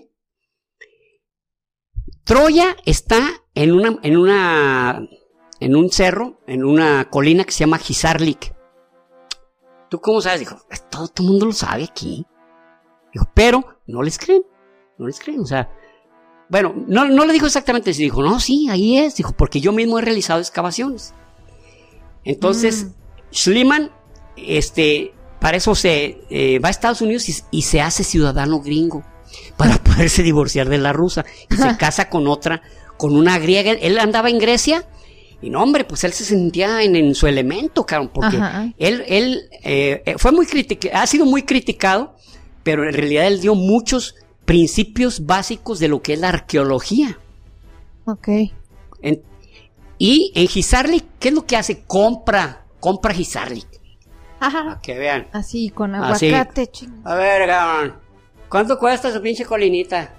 Troya está en una, en una, en un cerro, en una colina que se llama Hisarlik. ¿Tú cómo sabes? Dijo, todo, todo el mundo lo sabe aquí. Dijo, pero no les creen, no les creen, o sea, bueno, no, no le dijo exactamente eso, dijo, no, sí, ahí es, dijo, porque yo mismo he realizado excavaciones. Entonces, mm. Schliemann, este, para eso se eh, va a Estados Unidos y, y se hace ciudadano gringo. Para poderse divorciar de la rusa y se casa con otra, con una griega. Él andaba en Grecia y no, hombre, pues él se sentía en, en su elemento, cabrón, porque Ajá. él, él eh, fue muy criticado, ha sido muy criticado, pero en realidad él dio muchos principios básicos de lo que es la arqueología. Ok. En, y en Hisarlik, ¿qué es lo que hace? Compra, compra Hisarlik. Ajá. Para que vean. Así, con aguacate, ching. A ver, cabrón. ¿Cuánto cuesta su pinche colinita?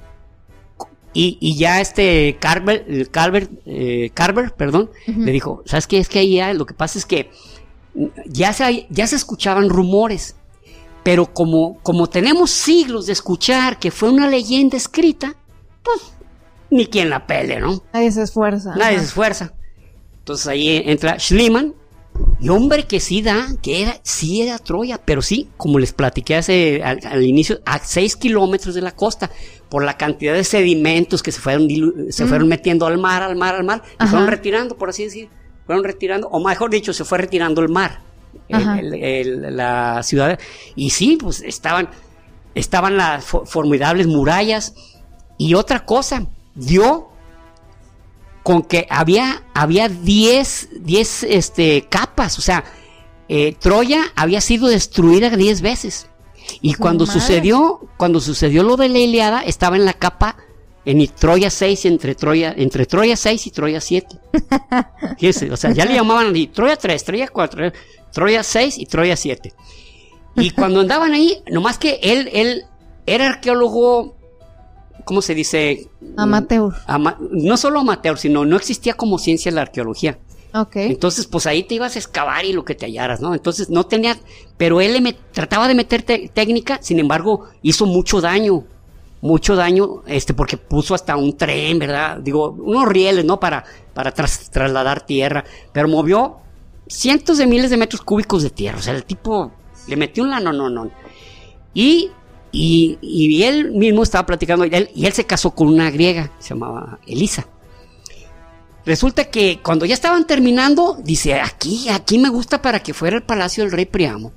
Y, y ya este Carver, Carver, eh, Carver, perdón, uh-huh. le dijo, ¿sabes qué? Es que ahí ya, lo que pasa es que ya se, ya se escuchaban rumores, pero como, como tenemos siglos de escuchar que fue una leyenda escrita, pues ni quien la pele, ¿no? Nadie se esfuerza. Nadie ajá. se esfuerza. Entonces ahí entra Schliemann. Y hombre que sí da, que era, sí era Troya, pero sí, como les platiqué hace, al, al inicio, a seis kilómetros de la costa, por la cantidad de sedimentos que se fueron, dilu- se mm. fueron metiendo al mar, al mar, al mar, y fueron retirando, por así decir, fueron retirando, o mejor dicho, se fue retirando el mar, el, el, el, la ciudad, y sí, pues estaban, estaban las for- formidables murallas, y otra cosa, dio con que había había diez este, capas, o sea, eh, Troya había sido destruida diez veces. Y cuando madre. sucedió, cuando sucedió lo de la Ilíada, estaba en la capa en Troya seis, entre Troya, entre Troya seis y Troya siete. Fíjense, o sea, ya le llamaban así, Troya tres, Troya cuatro, Troya seis y Troya siete. Y cuando andaban ahí, nomás que él, él era arqueólogo, ¿cómo se dice? Amateur. Ama- no solo amateur, sino no existía como ciencia la arqueología. Okay. Entonces, pues ahí te ibas a excavar y lo que te hallaras, ¿no? Entonces no tenía, pero él le met, trataba de meter te, técnica, sin embargo, hizo mucho daño, mucho daño, este, porque puso hasta un tren, ¿verdad? Digo, unos rieles, ¿no? Para, para tras, trasladar tierra, pero movió cientos de miles de metros cúbicos de tierra, o sea, el tipo le metió un la no, no, no. Y Y, y él mismo estaba platicando, y él, y él se casó con una griega, se llamaba Elisa. Resulta que cuando ya estaban terminando, dice, aquí, aquí me gusta para que fuera el palacio del rey Príamo.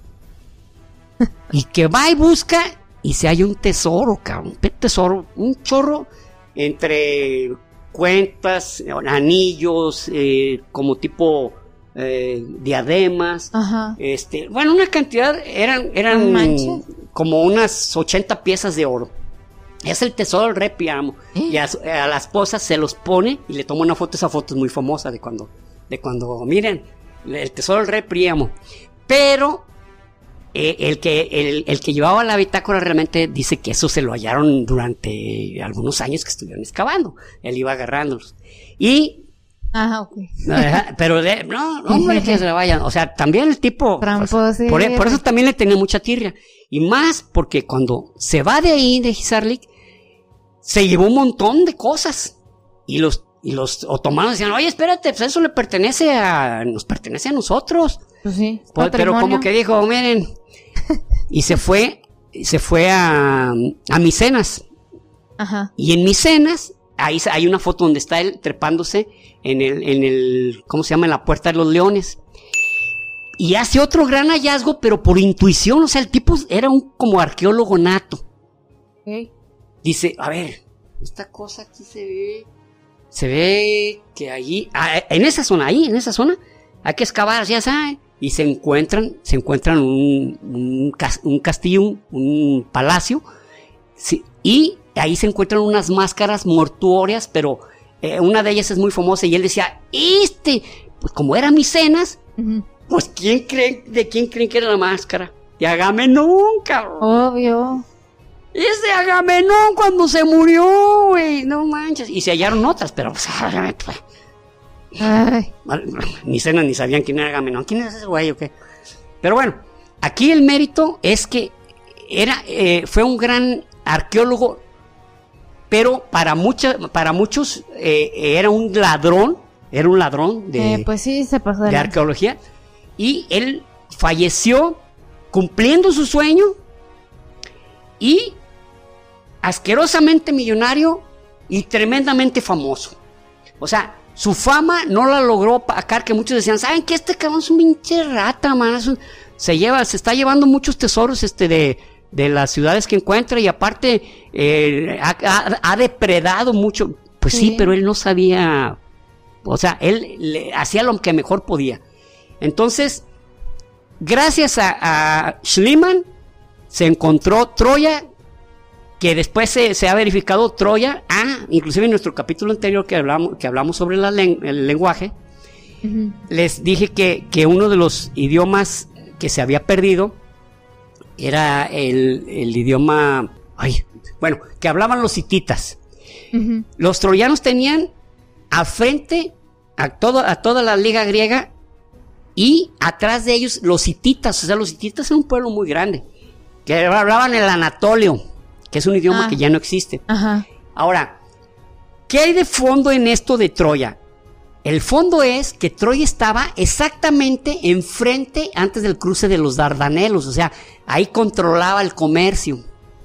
Y que va y busca, y se halla un tesoro, cabrón, un tesoro, un chorro entre cuentas, anillos, eh, como tipo eh, diademas, Ajá. este, bueno, una cantidad, eran, eran ¿No como unas ochenta piezas de oro. Es el tesoro del rey Príamo. ¿Eh? Y a, a la esposa se los pone y le toma una foto. Esa foto es muy famosa de cuando, de cuando miren, el tesoro del rey Príamo. Pero eh, el, que, el, el que llevaba la bitácora realmente dice que eso se lo hallaron durante algunos años que estuvieron excavando. Él iba agarrándolos. Y... Ajá, ok. Pero de, no, hombre, que se le vayan. O sea, también el tipo... Pues, por, por eso también le tenía mucha tirria. Y más porque cuando se va de ahí, de Hisarlik, se llevó un montón de cosas. Y los, y los otomanos decían, oye, espérate, pues eso le pertenece a, nos pertenece a nosotros. Pues sí. Pues, pero como que dijo, miren. Y se fue, se fue a, a Micenas. Ajá. Y en Micenas, ahí hay una foto donde está él trepándose en el, en el, ¿cómo se llama? En la Puerta de los Leones. Y hace otro gran hallazgo, pero por intuición, o sea, el tipo era un como arqueólogo nato. Okay. Dice, a ver, esta cosa aquí se ve, se ve que allí, ah, en esa zona, ahí, en esa zona, hay que excavar, ya saben, y se encuentran, se encuentran un, un, un castillo, un, un palacio, sí, y ahí se encuentran unas máscaras mortuorias, pero eh, una de ellas es muy famosa, y él decía, este, pues como era Micenas, uh-huh. Pues, ¿quién cree, ¿de quién creen que era la máscara? De Agamenón, cabrón. Obvio. Es de Agamenón cuando se murió, güey. No manches. Y se hallaron otras, pero pues, ay. Ni cenas ni sabían quién era Agamenón. ¿Quién es ese güey o qué? Pero bueno, aquí el mérito es que era, eh, fue un gran arqueólogo, pero para, mucha, para muchos eh, era un ladrón. Era un ladrón de, eh, pues sí, se pasó de, de arqueología. Y él falleció cumpliendo su sueño y asquerosamente millonario y tremendamente famoso. O sea, su fama no la logró opacar, que muchos decían, ¿saben qué? Este cabrón es un pinche rata, man. Es un, se lleva, se está llevando muchos tesoros este de, de las ciudades que encuentra y aparte eh, ha, ha, ha depredado mucho. Pues sí. sí, pero él no sabía, o sea, él le, hacía lo que mejor podía. Entonces, gracias a, a Schliemann se encontró Troya, que después se, se ha verificado Troya. Ah, inclusive en nuestro capítulo anterior que hablamos, que hablamos sobre la len, el lenguaje, uh-huh. Les dije que, que uno de los idiomas que se había perdido era el, el idioma, ay, bueno, que hablaban los hititas. Uh-huh. Los troyanos tenían a frente a, todo, a toda la liga griega y atrás de ellos los hititas. O sea, los hititas eran un pueblo muy grande que hablaban el anatolio, que es un idioma ah. que ya no existe. Ajá. Ahora, ¿qué hay de fondo en esto de Troya? El fondo es que Troya estaba exactamente enfrente antes del cruce de los Dardanelos, o sea, ahí controlaba el comercio.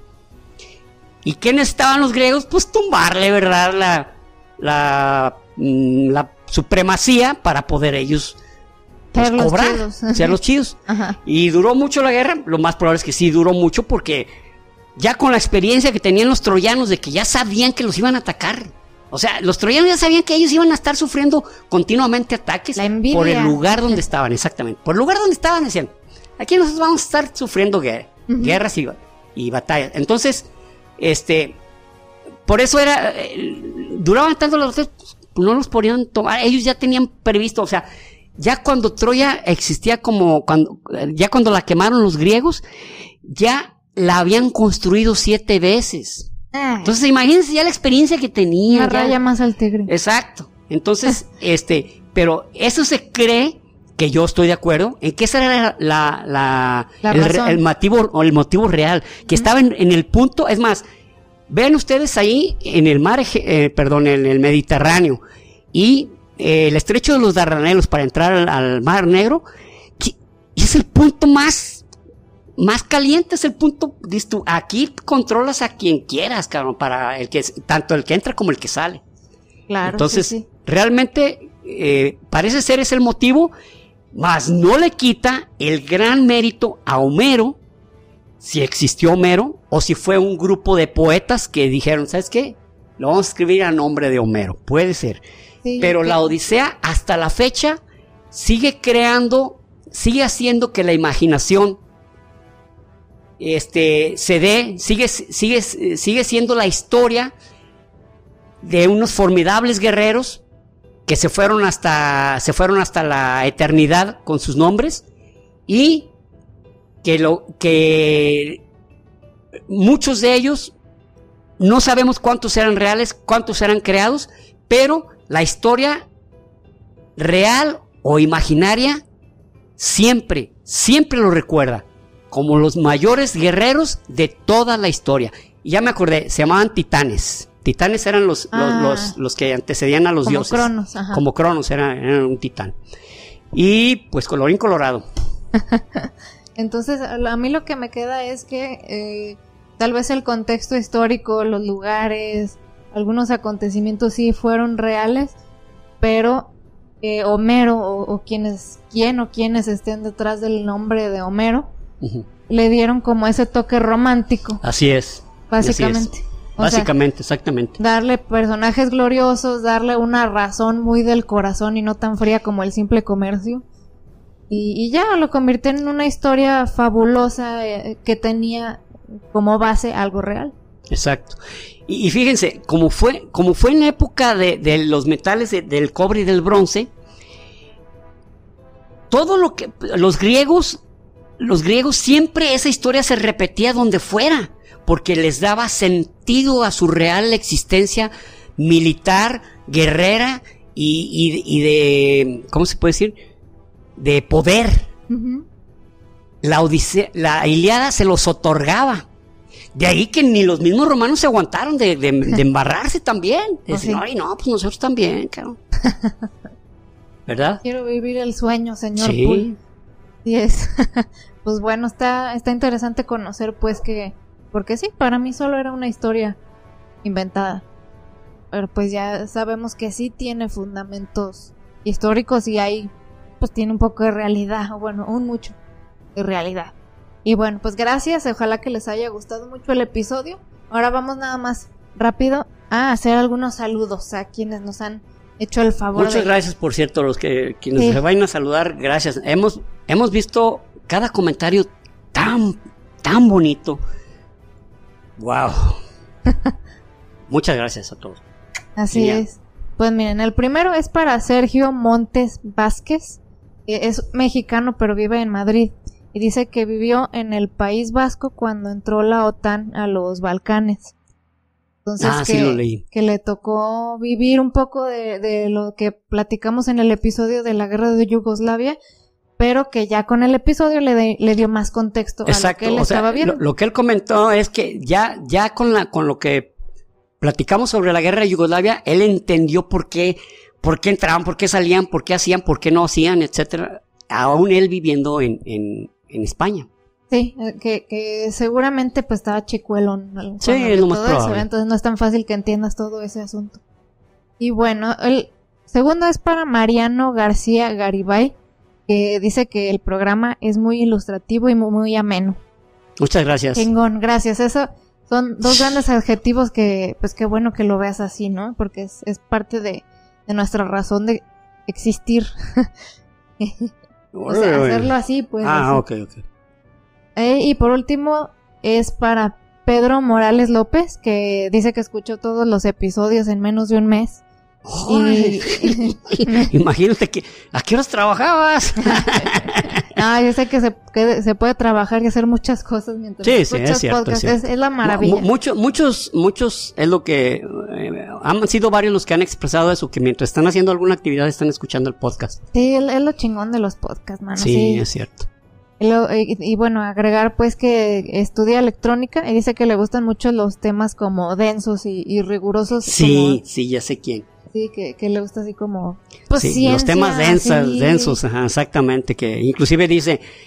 ¿Y qué necesitaban los griegos? Pues tumbarle, ¿verdad? La, la, la supremacía para poder ellos pues, ser cobrar, los ser los chidos. Ajá. Y duró mucho la guerra, lo más probable es que sí duró mucho porque ya con la experiencia que tenían los troyanos de que ya sabían que los iban a atacar. O sea, los troyanos ya sabían que ellos iban a estar sufriendo continuamente ataques por el lugar donde estaban, exactamente. Por el lugar donde estaban decían, aquí nosotros vamos a estar sufriendo guerra, uh-huh. guerras y, y batallas. Entonces, este, por eso era, eh, duraban tanto los pues, no los podían tomar, ellos ya tenían previsto, o sea, ya cuando Troya existía como, cuando, ya cuando la quemaron los griegos, ya la habían construido siete veces. Ah. Entonces, imagínense ya la experiencia que tenía. Una raya más al tigre. Exacto. Entonces, este, pero eso se cree, que yo estoy de acuerdo, en que ese era la, la, la el, el motivo, o el motivo real, que uh-huh. estaba en, en el punto, es más, vean ustedes ahí en el mar, eh, perdón, en el Mediterráneo, y eh, el estrecho de los Dardanelos para entrar al, al Mar Negro, que es el punto más más caliente es el punto, dices tú, aquí controlas a quien quieras, cabrón, para el que, tanto el que entra como el que sale. Claro. Entonces, sí, sí. realmente, eh, parece ser ese el motivo, mas no le quita el gran mérito a Homero, si existió Homero, o si fue un grupo de poetas que dijeron, ¿sabes qué? Lo vamos a escribir a nombre de Homero, puede ser. Sí, pero que... la Odisea, hasta la fecha, sigue creando, sigue haciendo que la imaginación este, se dé, sigue, sigue, sigue siendo la historia de unos formidables guerreros que se fueron hasta, se fueron hasta la eternidad con sus nombres, y que, lo, que muchos de ellos no sabemos cuántos eran reales, cuántos eran creados, pero la historia real o imaginaria siempre, siempre lo recuerda como los mayores guerreros de toda la historia. Y ya me acordé, se llamaban titanes. Titanes eran los, ah, los, los, los que antecedían a los como dioses. Cronos, ajá. Como Cronos, era, era un titán. Y pues colorín colorado. Entonces, a mí lo que me queda es que eh, tal vez el contexto histórico, los lugares, algunos acontecimientos sí fueron reales, pero eh, Homero o, o quienes, quien o quienes estén detrás del nombre de Homero, uh-huh, le dieron como ese toque romántico. Así es. Básicamente. Así es. Básicamente, sea, exactamente. Darle personajes gloriosos, darle una razón muy del corazón y no tan fría como el simple comercio. Y, y ya lo convirtió en una historia fabulosa eh, que tenía como base algo real. Exacto. Y, y fíjense, como fue, como fue en la época de, de los metales de, del cobre y del bronce, todo lo que los griegos, los griegos siempre esa historia se repetía donde fuera, porque les daba sentido a su real existencia militar, guerrera y, y, y de, ¿cómo se puede decir? De poder. Uh-huh. La Odisea, la Ilíada se los otorgaba. De ahí que ni los mismos romanos se aguantaron de, de, de embarrarse también. De decir, ay, no, pues nosotros también, claro. ¿Verdad? Quiero vivir el sueño, señor sí. Poole. Sí es. Pues bueno, está, está interesante conocer, pues, que... Porque sí, para mí solo era una historia inventada. Pero pues ya sabemos que sí tiene fundamentos históricos y hay... pues tiene un poco de realidad, o bueno, un mucho de realidad. Y bueno, pues gracias, ojalá que les haya gustado mucho el episodio. Ahora vamos nada más rápido a hacer algunos saludos a quienes nos han hecho el favor. Muchas de... gracias, por cierto, los que quienes sí. se vayan a saludar, gracias. Hemos, hemos visto cada comentario tan, tan bonito. Wow. Muchas gracias a todos. Así Genial. es. Pues miren, el primero es para Sergio Montes Vázquez. Es mexicano pero vive en Madrid y dice que vivió en el País Vasco cuando entró la OTAN a los Balcanes. Entonces ah, que, sí lo leí. que le tocó vivir un poco de, de lo que platicamos en el episodio de la guerra de Yugoslavia, pero que ya con el episodio le, de, le dio más contexto Exacto, a lo que él o estaba sea, viendo. Lo, lo que él comentó es que ya, ya con la, con lo que platicamos sobre la guerra de Yugoslavia, él entendió por qué por qué entraban, por qué salían, por qué hacían, por qué no hacían, etcétera. Aún él viviendo en, en, en España. Sí, que, que seguramente pues estaba chicuelón. Sí, es lo más todo probable. Eso, entonces no es tan fácil que entiendas todo ese asunto. Y bueno, el segundo es para Mariano García Garibay, que dice que el programa es muy ilustrativo y muy, muy ameno. Muchas gracias. Chingón, gracias. Eso son dos grandes adjetivos que, pues qué bueno que lo veas así, ¿no? Porque es, es parte de, de nuestra razón de existir. O sea, hacerlo así, pues. Ah, así. ok, ok. Eh, y por último, es para Pedro Morales López, que dice que escuchó todos los episodios en menos de un mes. Y... Imagínate que ¿a qué horas trabajabas? No, yo sé que se, que se puede trabajar y hacer muchas cosas mientras sí, escuchas sí, es cierto, podcasts. Es, cierto. Es, es la maravilla. M- muchos, muchos, muchos es lo que eh, han sido varios los que han expresado eso, que mientras están haciendo alguna actividad están escuchando el podcast. Sí, es, es lo chingón de los podcasts, mano. Sí, sí. es cierto. Y, lo, y, y bueno, agregar pues que estudia electrónica y dice que le gustan mucho los temas como densos y, y rigurosos. Sí, como, sí, ya sé quién. Sí, que, que le gusta así como... Pues sí, ciencia, los temas densas, sí. densos, ajá, exactamente, que inclusive dice,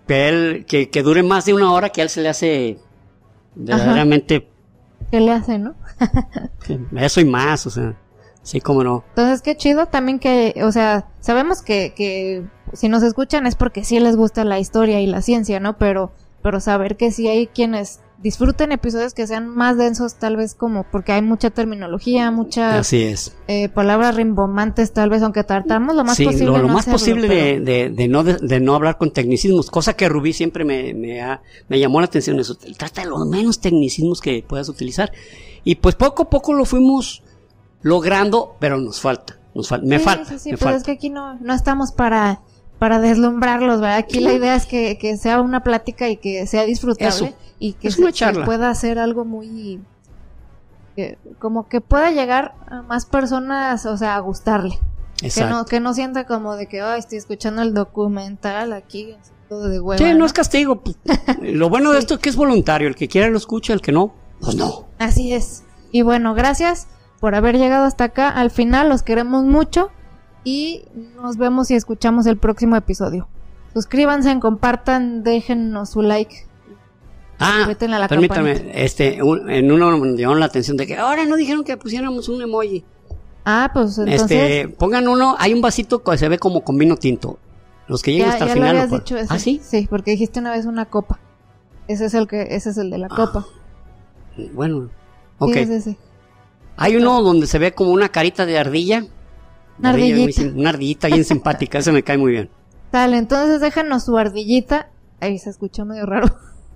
que él, que, que dure más de una hora, que a él se le hace verdaderamente... ¿Qué le hace, no? Eso y más, o sea, sí, cómo no. Entonces, qué chido también que, o sea, sabemos que, que si nos escuchan es porque sí les gusta la historia y la ciencia, ¿no? Pero, pero saber que sí hay quienes disfruten episodios que sean más densos, tal vez como, porque hay mucha terminología, muchas Así es. Eh, palabras rimbombantes, tal vez, aunque tratamos lo más sí, posible. lo, lo no más hacerlo, posible pero... de, de, de, no, de, de no hablar con tecnicismos, cosa que Rubí siempre me, me, ha, me llamó la atención, eso, trata de los menos tecnicismos que puedas utilizar. Y pues poco a poco lo fuimos logrando, pero nos falta, nos falta, me sí, falta. Sí, sí, me pero falta. es que aquí no, no estamos para, para deslumbrarlos, ¿verdad? Aquí la idea es que, que sea una plática y que sea disfrutable. Eso, y que es se, una se charla. pueda hacer algo muy... Que, como que pueda llegar a más personas, o sea, a gustarle. Exacto. Que no, que no sienta como de que, oh, estoy escuchando el documental aquí, todo de hueva. Sí, no, ¿no? es castigo. Pues, lo bueno de Sí. esto es que es voluntario, el que quiera lo escucha, el que no, pues no. Así es. Y bueno, gracias por haber llegado hasta acá. Al final los queremos mucho y nos vemos y escuchamos el próximo episodio. Suscríbanse, compartan, déjennos su like. Ah, Apriétenle a la permítame, campanita. este, un- en uno me llamó la atención de que ahora no dijeron que pusiéramos un emoji. Ah, pues entonces Este, pongan uno, hay un vasito que se ve como con vino tinto. Los que llegan ya, hasta el ya final. lo habías lo dicho pueden- ese. ¿Ah, sí? Sí, porque dijiste una vez una copa. Ese es el que, ese es el de la copa. Bueno, Sí, ok. es ese. Hay uno donde se ve como una carita de ardilla. Una De ardilla, muy ardillita. sim- Una ardillita bien simpática, ese me cae muy bien. Dale, entonces déjanos su ardillita. Ahí se escuchó medio raro.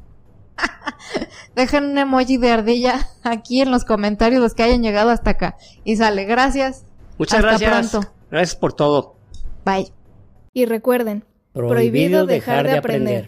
Dejen un emoji de ardilla aquí en los comentarios los que hayan llegado hasta acá. Y sale, gracias. Muchas Hasta gracias. pronto. Gracias por todo. Bye. Y recuerden, prohibido dejar de aprender.